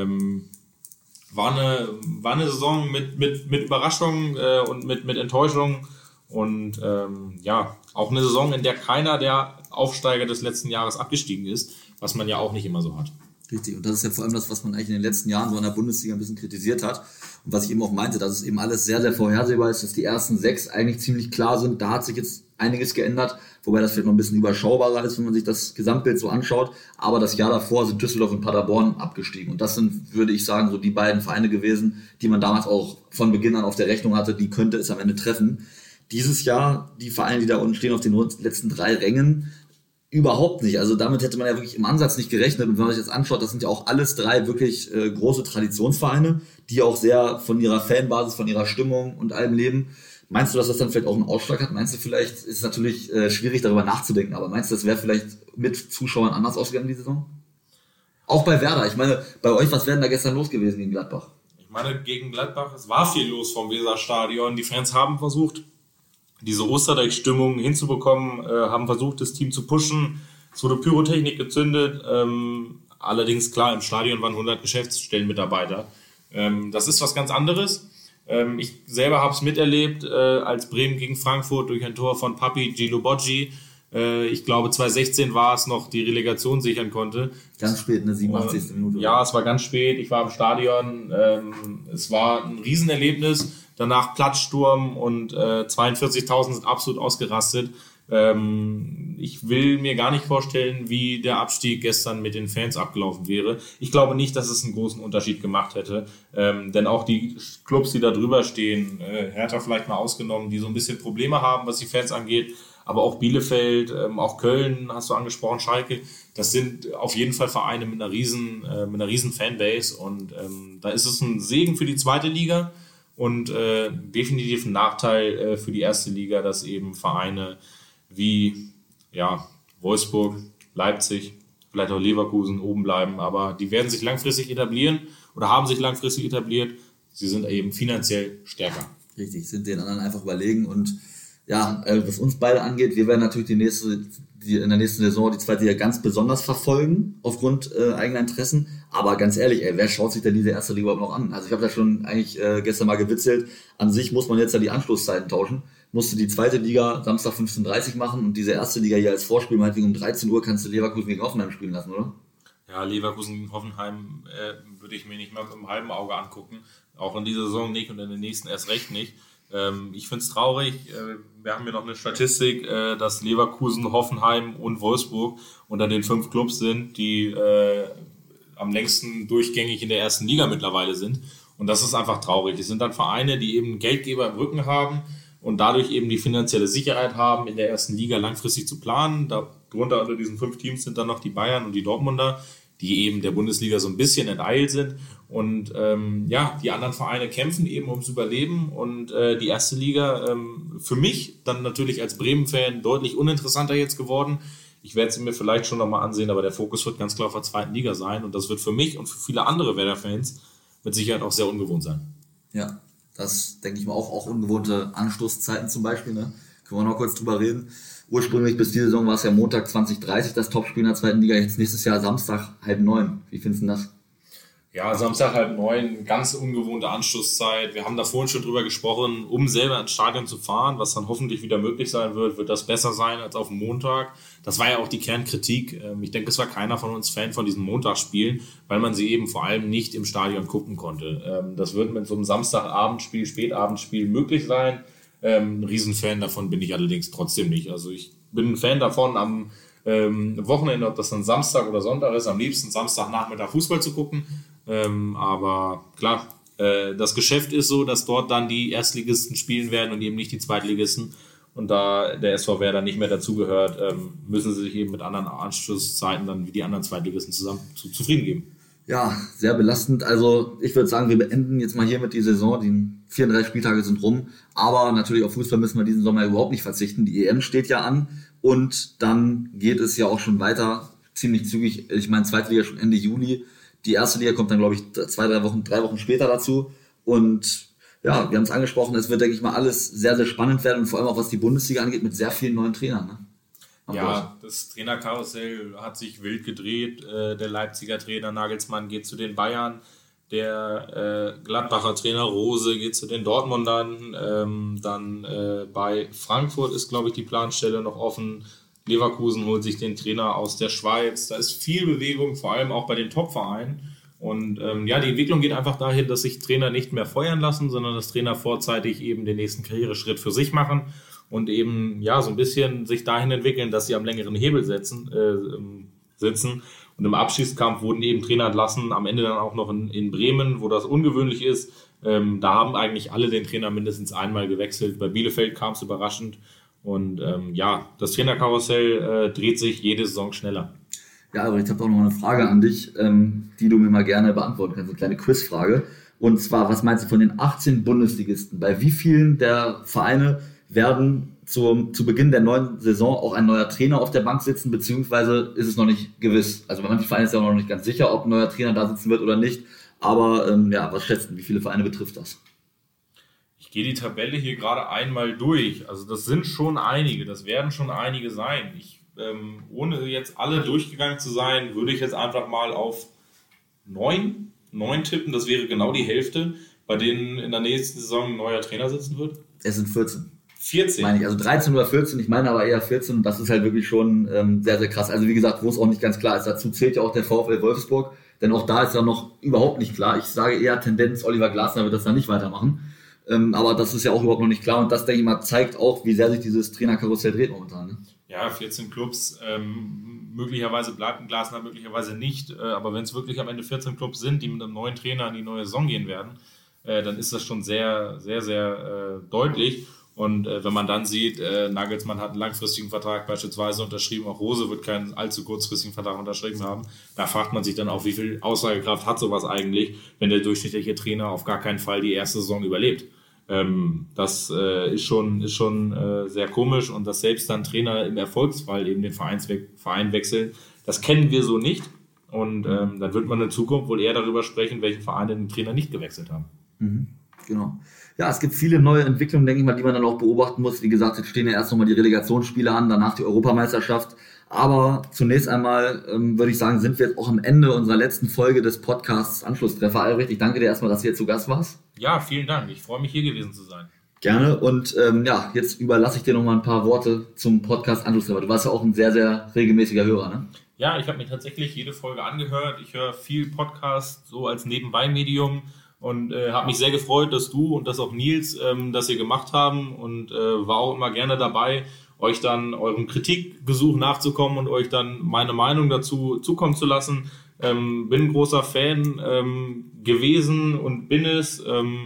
War eine Saison mit Überraschungen und mit Enttäuschungen und auch eine Saison, in der keiner der Aufsteiger des letzten Jahres abgestiegen ist, was man ja auch nicht immer so hat. Richtig, und das ist ja vor allem das, was man eigentlich in den letzten Jahren so in der Bundesliga ein bisschen kritisiert hat und was ich eben auch meinte, dass es eben alles sehr, sehr vorhersehbar ist, dass die ersten 6 eigentlich ziemlich klar sind. Da hat sich jetzt einiges geändert, wobei das vielleicht noch ein bisschen überschaubarer ist, wenn man sich das Gesamtbild so anschaut. Aber das Jahr davor sind Düsseldorf und Paderborn abgestiegen. Und das sind, würde ich sagen, so die beiden Vereine gewesen, die man damals auch von Beginn an auf der Rechnung hatte, die könnte es am Ende treffen. Dieses Jahr, die Vereine, die da unten stehen auf den letzten 3 Rängen, überhaupt nicht. Also damit hätte man ja wirklich im Ansatz nicht gerechnet. Und wenn man sich das anschaut, das sind ja auch alles 3 wirklich große Traditionsvereine, die auch sehr von ihrer Fanbasis, von ihrer Stimmung und allem leben. Meinst du, dass das dann vielleicht auch einen Ausschlag hat? Meinst du vielleicht, ist es natürlich schwierig darüber nachzudenken, aber meinst du, das wäre vielleicht mit Zuschauern anders ausgegangen die Saison? Auch bei Werder. Ich meine, bei euch, was wäre denn da gestern los gewesen gegen Gladbach? Ich meine, gegen Gladbach, es war viel los vom Weserstadion. Die Fans haben versucht, diese Osterdeich-Stimmung hinzubekommen, haben versucht, das Team zu pushen. Es wurde Pyrotechnik gezündet. Allerdings, klar, im Stadion waren 100 Geschäftsstellenmitarbeiter. Das ist was ganz anderes. Ich selber habe es miterlebt, als Bremen gegen Frankfurt durch ein Tor von Papi Djilobodji. Ich glaube, 2016 war es noch, die Relegation sichern konnte. Ganz spät, eine 87. Minute. Ja, es war ganz spät. Ich war im Stadion. Es war ein Riesenerlebnis. Danach Platzsturm und 42.000 sind absolut ausgerastet. Ich will mir gar nicht vorstellen, wie der Abstieg gestern mit den Fans abgelaufen wäre. Ich glaube nicht, dass es einen großen Unterschied gemacht hätte, denn auch die Clubs, die da drüber stehen, Hertha vielleicht mal ausgenommen, die so ein bisschen Probleme haben, was die Fans angeht, aber auch Bielefeld, auch Köln, hast du angesprochen, Schalke, das sind auf jeden Fall Vereine mit einer riesen Fanbase und da ist es ein Segen für die zweite Liga und definitiv ein Nachteil für die erste Liga, dass eben Vereine wie Wolfsburg, Leipzig, vielleicht auch Leverkusen oben bleiben, aber die werden sich langfristig etablieren oder haben sich langfristig etabliert. Sie sind eben finanziell stärker. Richtig, sind den anderen einfach überlegen und Ja, was uns beide angeht, wir werden natürlich in der nächsten Saison die zweite Liga ganz besonders verfolgen, aufgrund eigener Interessen. Aber ganz ehrlich, wer schaut sich denn diese erste Liga überhaupt noch an? Also ich habe da schon eigentlich gestern mal gewitzelt. An sich muss man jetzt ja die Anschlusszeiten tauschen. Musste die zweite Liga Samstag 15:30 Uhr machen und diese erste Liga hier als Vorspiel, meinetwegen um 13 Uhr kannst du Leverkusen gegen Hoffenheim spielen lassen, oder? Ja, Leverkusen gegen Hoffenheim würde ich mir nicht mal mit einem halben Auge angucken. Auch in dieser Saison nicht und in der nächsten erst recht nicht. Ich finde es traurig. Wir haben hier noch eine Statistik, dass Leverkusen, Hoffenheim und Wolfsburg unter den 5 Clubs sind, die am längsten durchgängig in der ersten Liga mittlerweile sind. Und das ist einfach traurig. Es sind dann Vereine, die eben Geldgeber im Rücken haben und dadurch eben die finanzielle Sicherheit haben, in der ersten Liga langfristig zu planen. Darunter unter diesen 5 Teams sind dann noch die Bayern und die Dortmunder, die eben der Bundesliga so ein bisschen enteilt sind. Und die anderen Vereine kämpfen eben ums Überleben. Und die erste Liga für mich dann natürlich als Bremen-Fan deutlich uninteressanter jetzt geworden. Ich werde sie mir vielleicht schon nochmal ansehen, aber der Fokus wird ganz klar auf der zweiten Liga sein. Und das wird für mich und für viele andere Werder-Fans mit Sicherheit auch sehr ungewohnt sein. Ja, das denke ich mal auch ungewohnte Anstoßzeiten zum Beispiel. Ne? Können wir noch kurz drüber reden. Ursprünglich bis diese Saison war es ja Montag 20:30 das Topspiel in der zweiten Liga. Jetzt nächstes Jahr Samstag 8:30. Wie findest du das? Ja, Samstag 8:30, ganz ungewohnte Anschlusszeit. Wir haben da vorhin schon drüber gesprochen, um selber ins Stadion zu fahren, was dann hoffentlich wieder möglich sein wird das besser sein als auf dem Montag. Das war ja auch die Kernkritik. Ich denke, es war keiner von uns Fan von diesen Montagsspielen, weil man sie eben vor allem nicht im Stadion gucken konnte. Das wird mit so einem Samstagabendspiel, Spätabendspiel möglich sein. Ein Riesenfan davon bin ich allerdings trotzdem nicht. Also ich bin ein Fan davon, am Wochenende, ob das dann Samstag oder Sonntag ist, am liebsten Samstagnachmittag Fußball zu gucken. Aber klar, das Geschäft ist so, dass dort dann die Erstligisten spielen werden und eben nicht die Zweitligisten. Und da der SV Werder nicht mehr dazugehört, müssen sie sich eben mit anderen Anschlusszeiten dann wie die anderen Zweitligisten zusammen zufrieden geben. Ja, sehr belastend. Also ich würde sagen, wir beenden jetzt mal hier mit die Saison. Die 34 Spieltage sind rum. Aber natürlich auf Fußball müssen wir diesen Sommer überhaupt nicht verzichten. Die EM steht ja an. Und dann geht es ja auch schon weiter, ziemlich zügig. Ich meine, zweite Liga schon Ende Juli. Die erste Liga kommt dann, glaube ich, 3 Wochen später dazu. Und ja, wir haben es angesprochen, es wird, denke ich mal, alles sehr, sehr spannend werden. Und vor allem auch, was die Bundesliga angeht, mit sehr vielen neuen Trainern. Ne? Ja, das Trainerkarussell hat sich wild gedreht. Der Leipziger Trainer Nagelsmann geht zu den Bayern. Der Gladbacher Trainer Rose geht zu den Dortmundern. Bei Frankfurt ist, glaube ich, die Planstelle noch offen. Leverkusen holt sich den Trainer aus der Schweiz. Da ist viel Bewegung, vor allem auch bei den Top-Vereinen. Und die Entwicklung geht einfach dahin, dass sich Trainer nicht mehr feuern lassen, sondern dass Trainer vorzeitig eben den nächsten Karriereschritt für sich machen und eben so ein bisschen sich dahin entwickeln, dass sie am längeren Hebel sitzen. Und im Abschiedskampf wurden eben Trainer entlassen, am Ende dann auch noch in Bremen, wo das ungewöhnlich ist. Da haben eigentlich alle den Trainer mindestens einmal gewechselt. Bei Bielefeld kam es überraschend. Und das Trainerkarussell dreht sich jede Saison schneller. Ja, aber ich habe auch noch eine Frage an dich, die du mir mal gerne beantworten kannst. Eine kleine Quizfrage. Und zwar, was meinst du von den 18 Bundesligisten? Bei wie vielen der Vereine werden zu Beginn der neuen Saison auch ein neuer Trainer auf der Bank sitzen, beziehungsweise ist es noch nicht gewiss? Also bei manchen Vereinen ist ja auch noch nicht ganz sicher, ob ein neuer Trainer da sitzen wird oder nicht. Aber was schätzt du, wie viele Vereine betrifft das? Ich gehe die Tabelle hier gerade einmal durch. Also das sind schon einige, das werden schon einige sein. Ohne jetzt alle durchgegangen zu sein, würde ich jetzt einfach mal auf 9 tippen. Das wäre genau die Hälfte, bei denen in der nächsten Saison ein neuer Trainer sitzen wird. Es sind 14. 14? Meine ich, also 13 oder 14, ich meine aber eher 14 und das ist halt wirklich schon sehr, sehr krass. Also wie gesagt, wo es auch nicht ganz klar ist, dazu zählt ja auch der VfL Wolfsburg, denn auch da ist ja noch überhaupt nicht klar. Ich sage eher Tendenz, Oliver Glasner wird das dann nicht weitermachen. Aber das ist ja auch überhaupt noch nicht klar und das, denke ich mal, zeigt auch, wie sehr sich dieses Trainerkarussell dreht momentan. Ne? Ja, 14 Clubs, möglicherweise bleibt ein Glasner, möglicherweise nicht, aber wenn es wirklich am Ende 14 Clubs sind, die mit einem neuen Trainer in die neue Saison gehen werden, dann ist das schon sehr, sehr, sehr deutlich. Und wenn man dann sieht, Nagelsmann hat einen langfristigen Vertrag beispielsweise unterschrieben, auch Rose wird keinen allzu kurzfristigen Vertrag unterschrieben haben, da fragt man sich dann auch, wie viel Aussagekraft hat sowas eigentlich, wenn der durchschnittliche Trainer auf gar keinen Fall die erste Saison überlebt. Das ist schon sehr komisch und dass selbst dann Trainer im Erfolgsfall eben den Verein wechseln, das kennen wir so nicht. Und dann wird man in Zukunft wohl eher darüber sprechen, welche Vereine den Trainer nicht gewechselt haben. Mhm. Genau. Ja, es gibt viele neue Entwicklungen, denke ich mal, die man dann auch beobachten muss. Wie gesagt, jetzt stehen ja erst nochmal die Relegationsspiele an, danach die Europameisterschaft. Aber zunächst einmal würde ich sagen, sind wir jetzt auch am Ende unserer letzten Folge des Podcasts Anschlusstreffer. Albrecht, ich danke dir erstmal, dass du jetzt zu Gast warst. Ja, vielen Dank. Ich freue mich, hier gewesen zu sein. Gerne. Und jetzt überlasse ich dir nochmal ein paar Worte zum Podcast Anschlusstreffer. Du warst ja auch ein sehr, sehr regelmäßiger Hörer, ne? Ja, ich habe mir tatsächlich jede Folge angehört. Ich höre viel Podcast so als Nebenbei-Medium und habe mich sehr gefreut, dass du und dass auch Nils das hier gemacht haben und war auch immer gerne dabei, euch dann eurem Kritikgesuch nachzukommen und euch dann meine Meinung dazu zukommen zu lassen. Bin ein großer Fan gewesen und bin es.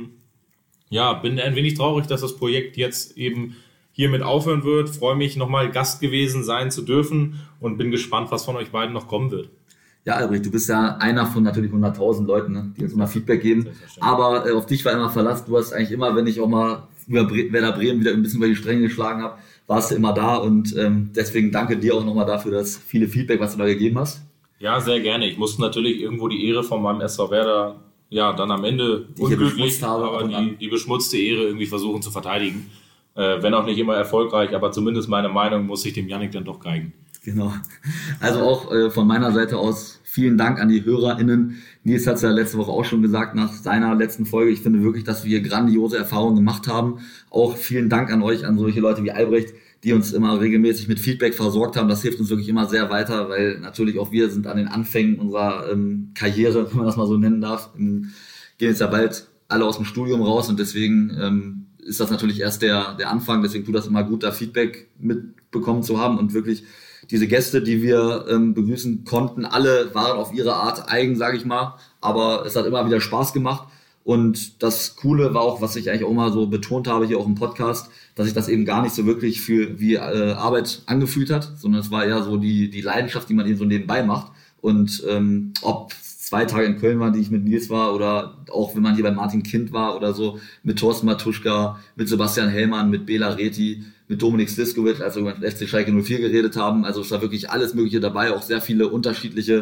Bin ein wenig traurig, dass das Projekt jetzt eben hiermit aufhören wird. Freue mich, nochmal Gast gewesen sein zu dürfen und bin gespannt, was von euch beiden noch kommen wird. Ja, Albrecht, du bist ja einer von natürlich 100.000 Leuten, ne, die uns immer Feedback geben. Aber auf dich war immer Verlass. Du hast eigentlich immer, wenn ich auch mal über Werder Bremen wieder ein bisschen über die Stränge geschlagen habe, warst du immer da. Und deswegen danke dir auch nochmal dafür, das viele Feedback, was du da gegeben hast. Ja, sehr gerne. Ich musste natürlich irgendwo die Ehre von meinem SV Werder, ja, dann am Ende unglücklich, aber die beschmutzte Ehre irgendwie versuchen zu verteidigen. Wenn auch nicht immer erfolgreich, aber zumindest meine Meinung muss ich dem Yannick dann doch geigen. Genau. Also auch von meiner Seite aus vielen Dank an die HörerInnen. Nils hat es ja letzte Woche auch schon gesagt, nach seiner letzten Folge. Ich finde wirklich, dass wir grandiose Erfahrungen gemacht haben. Auch vielen Dank an euch, an solche Leute wie Albrecht, die uns immer regelmäßig mit Feedback versorgt haben. Das hilft uns wirklich immer sehr weiter, weil natürlich auch wir sind an den Anfängen unserer Karriere, wenn man das mal so nennen darf. Gehen jetzt ja bald alle aus dem Studium raus und deswegen ist das natürlich erst der Anfang. Deswegen tut das immer gut, da Feedback mitbekommen zu haben und wirklich diese Gäste, die wir begrüßen konnten, alle waren auf ihre Art eigen, sage ich mal, aber es hat immer wieder Spaß gemacht. Und das Coole war auch, was ich eigentlich auch mal so betont habe hier auch im Podcast, dass sich das eben gar nicht so wirklich wie Arbeit angefühlt hat, sondern es war eher so die Leidenschaft, die man eben so nebenbei macht. Und ob 2 Tage in Köln waren, die ich mit Nils war, oder auch wenn man hier bei Martin Kind war oder so, mit Thorsten Matuschka, mit Sebastian Hellmann, mit Bela Reti, mit Dominik Sliskovic, als wir über den FC Schalke 04 geredet haben. Also es war wirklich alles Mögliche dabei, auch sehr viele unterschiedliche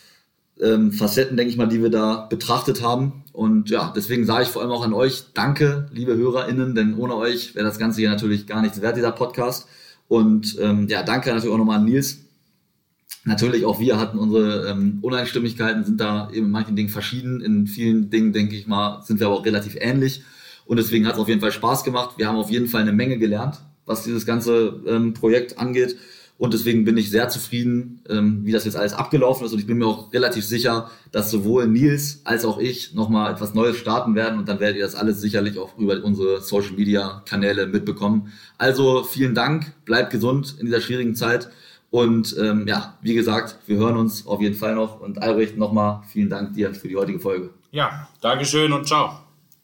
Facetten, denke ich mal, die wir da betrachtet haben. Und ja, deswegen sage ich vor allem auch an euch, danke, liebe HörerInnen, denn ohne euch wäre das Ganze hier natürlich gar nichts wert, dieser Podcast. Und danke natürlich auch nochmal an Nils. Natürlich auch wir hatten unsere Uneinstimmigkeiten, sind da eben in manchen Dingen verschieden. In vielen Dingen, denke ich mal, sind wir aber auch relativ ähnlich. Und deswegen hat es auf jeden Fall Spaß gemacht. Wir haben auf jeden Fall eine Menge gelernt, was dieses ganze Projekt angeht. Und deswegen bin ich sehr zufrieden, wie das jetzt alles abgelaufen ist. Und ich bin mir auch relativ sicher, dass sowohl Nils als auch ich nochmal etwas Neues starten werden. Und dann werdet ihr das alles sicherlich auch über unsere Social-Media-Kanäle mitbekommen. Also vielen Dank, bleibt gesund in dieser schwierigen Zeit. Und wie gesagt, wir hören uns auf jeden Fall noch. Und Albrecht, nochmal vielen Dank dir für die heutige Folge. Ja, Dankeschön und ciao.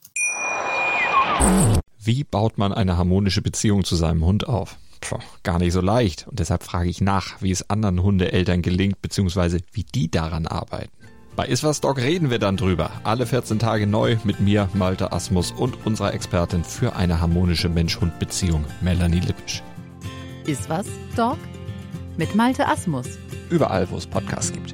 Wie baut man eine harmonische Beziehung zu seinem Hund auf? Gar nicht so leicht. Und deshalb frage ich nach, wie es anderen Hundeeltern gelingt, beziehungsweise wie die daran arbeiten. Bei Iswas Dog reden wir dann drüber. Alle 14 Tage neu mit mir, Malte Asmus, und unserer Expertin für eine harmonische Mensch-Hund-Beziehung, Melanie Lippisch. Iswas Dog? Mit Malte Asmus. Überall, wo es Podcasts gibt.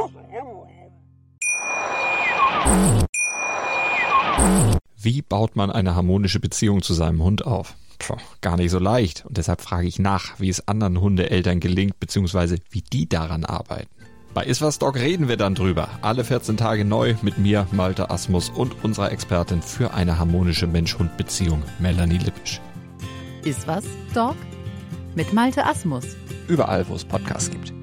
Wie baut man eine harmonische Beziehung zu seinem Hund auf? Gar nicht so leicht. Und deshalb frage ich nach, wie es anderen Hundeeltern gelingt, beziehungsweise wie die daran arbeiten. Bei Iswas Dog reden wir dann drüber. Alle 14 Tage neu mit mir, Malte Asmus, und unserer Expertin für eine harmonische Mensch-Hund-Beziehung, Melanie Lippisch. Iswas Dog? Mit Malte Asmus. Überall, wo es Podcasts gibt.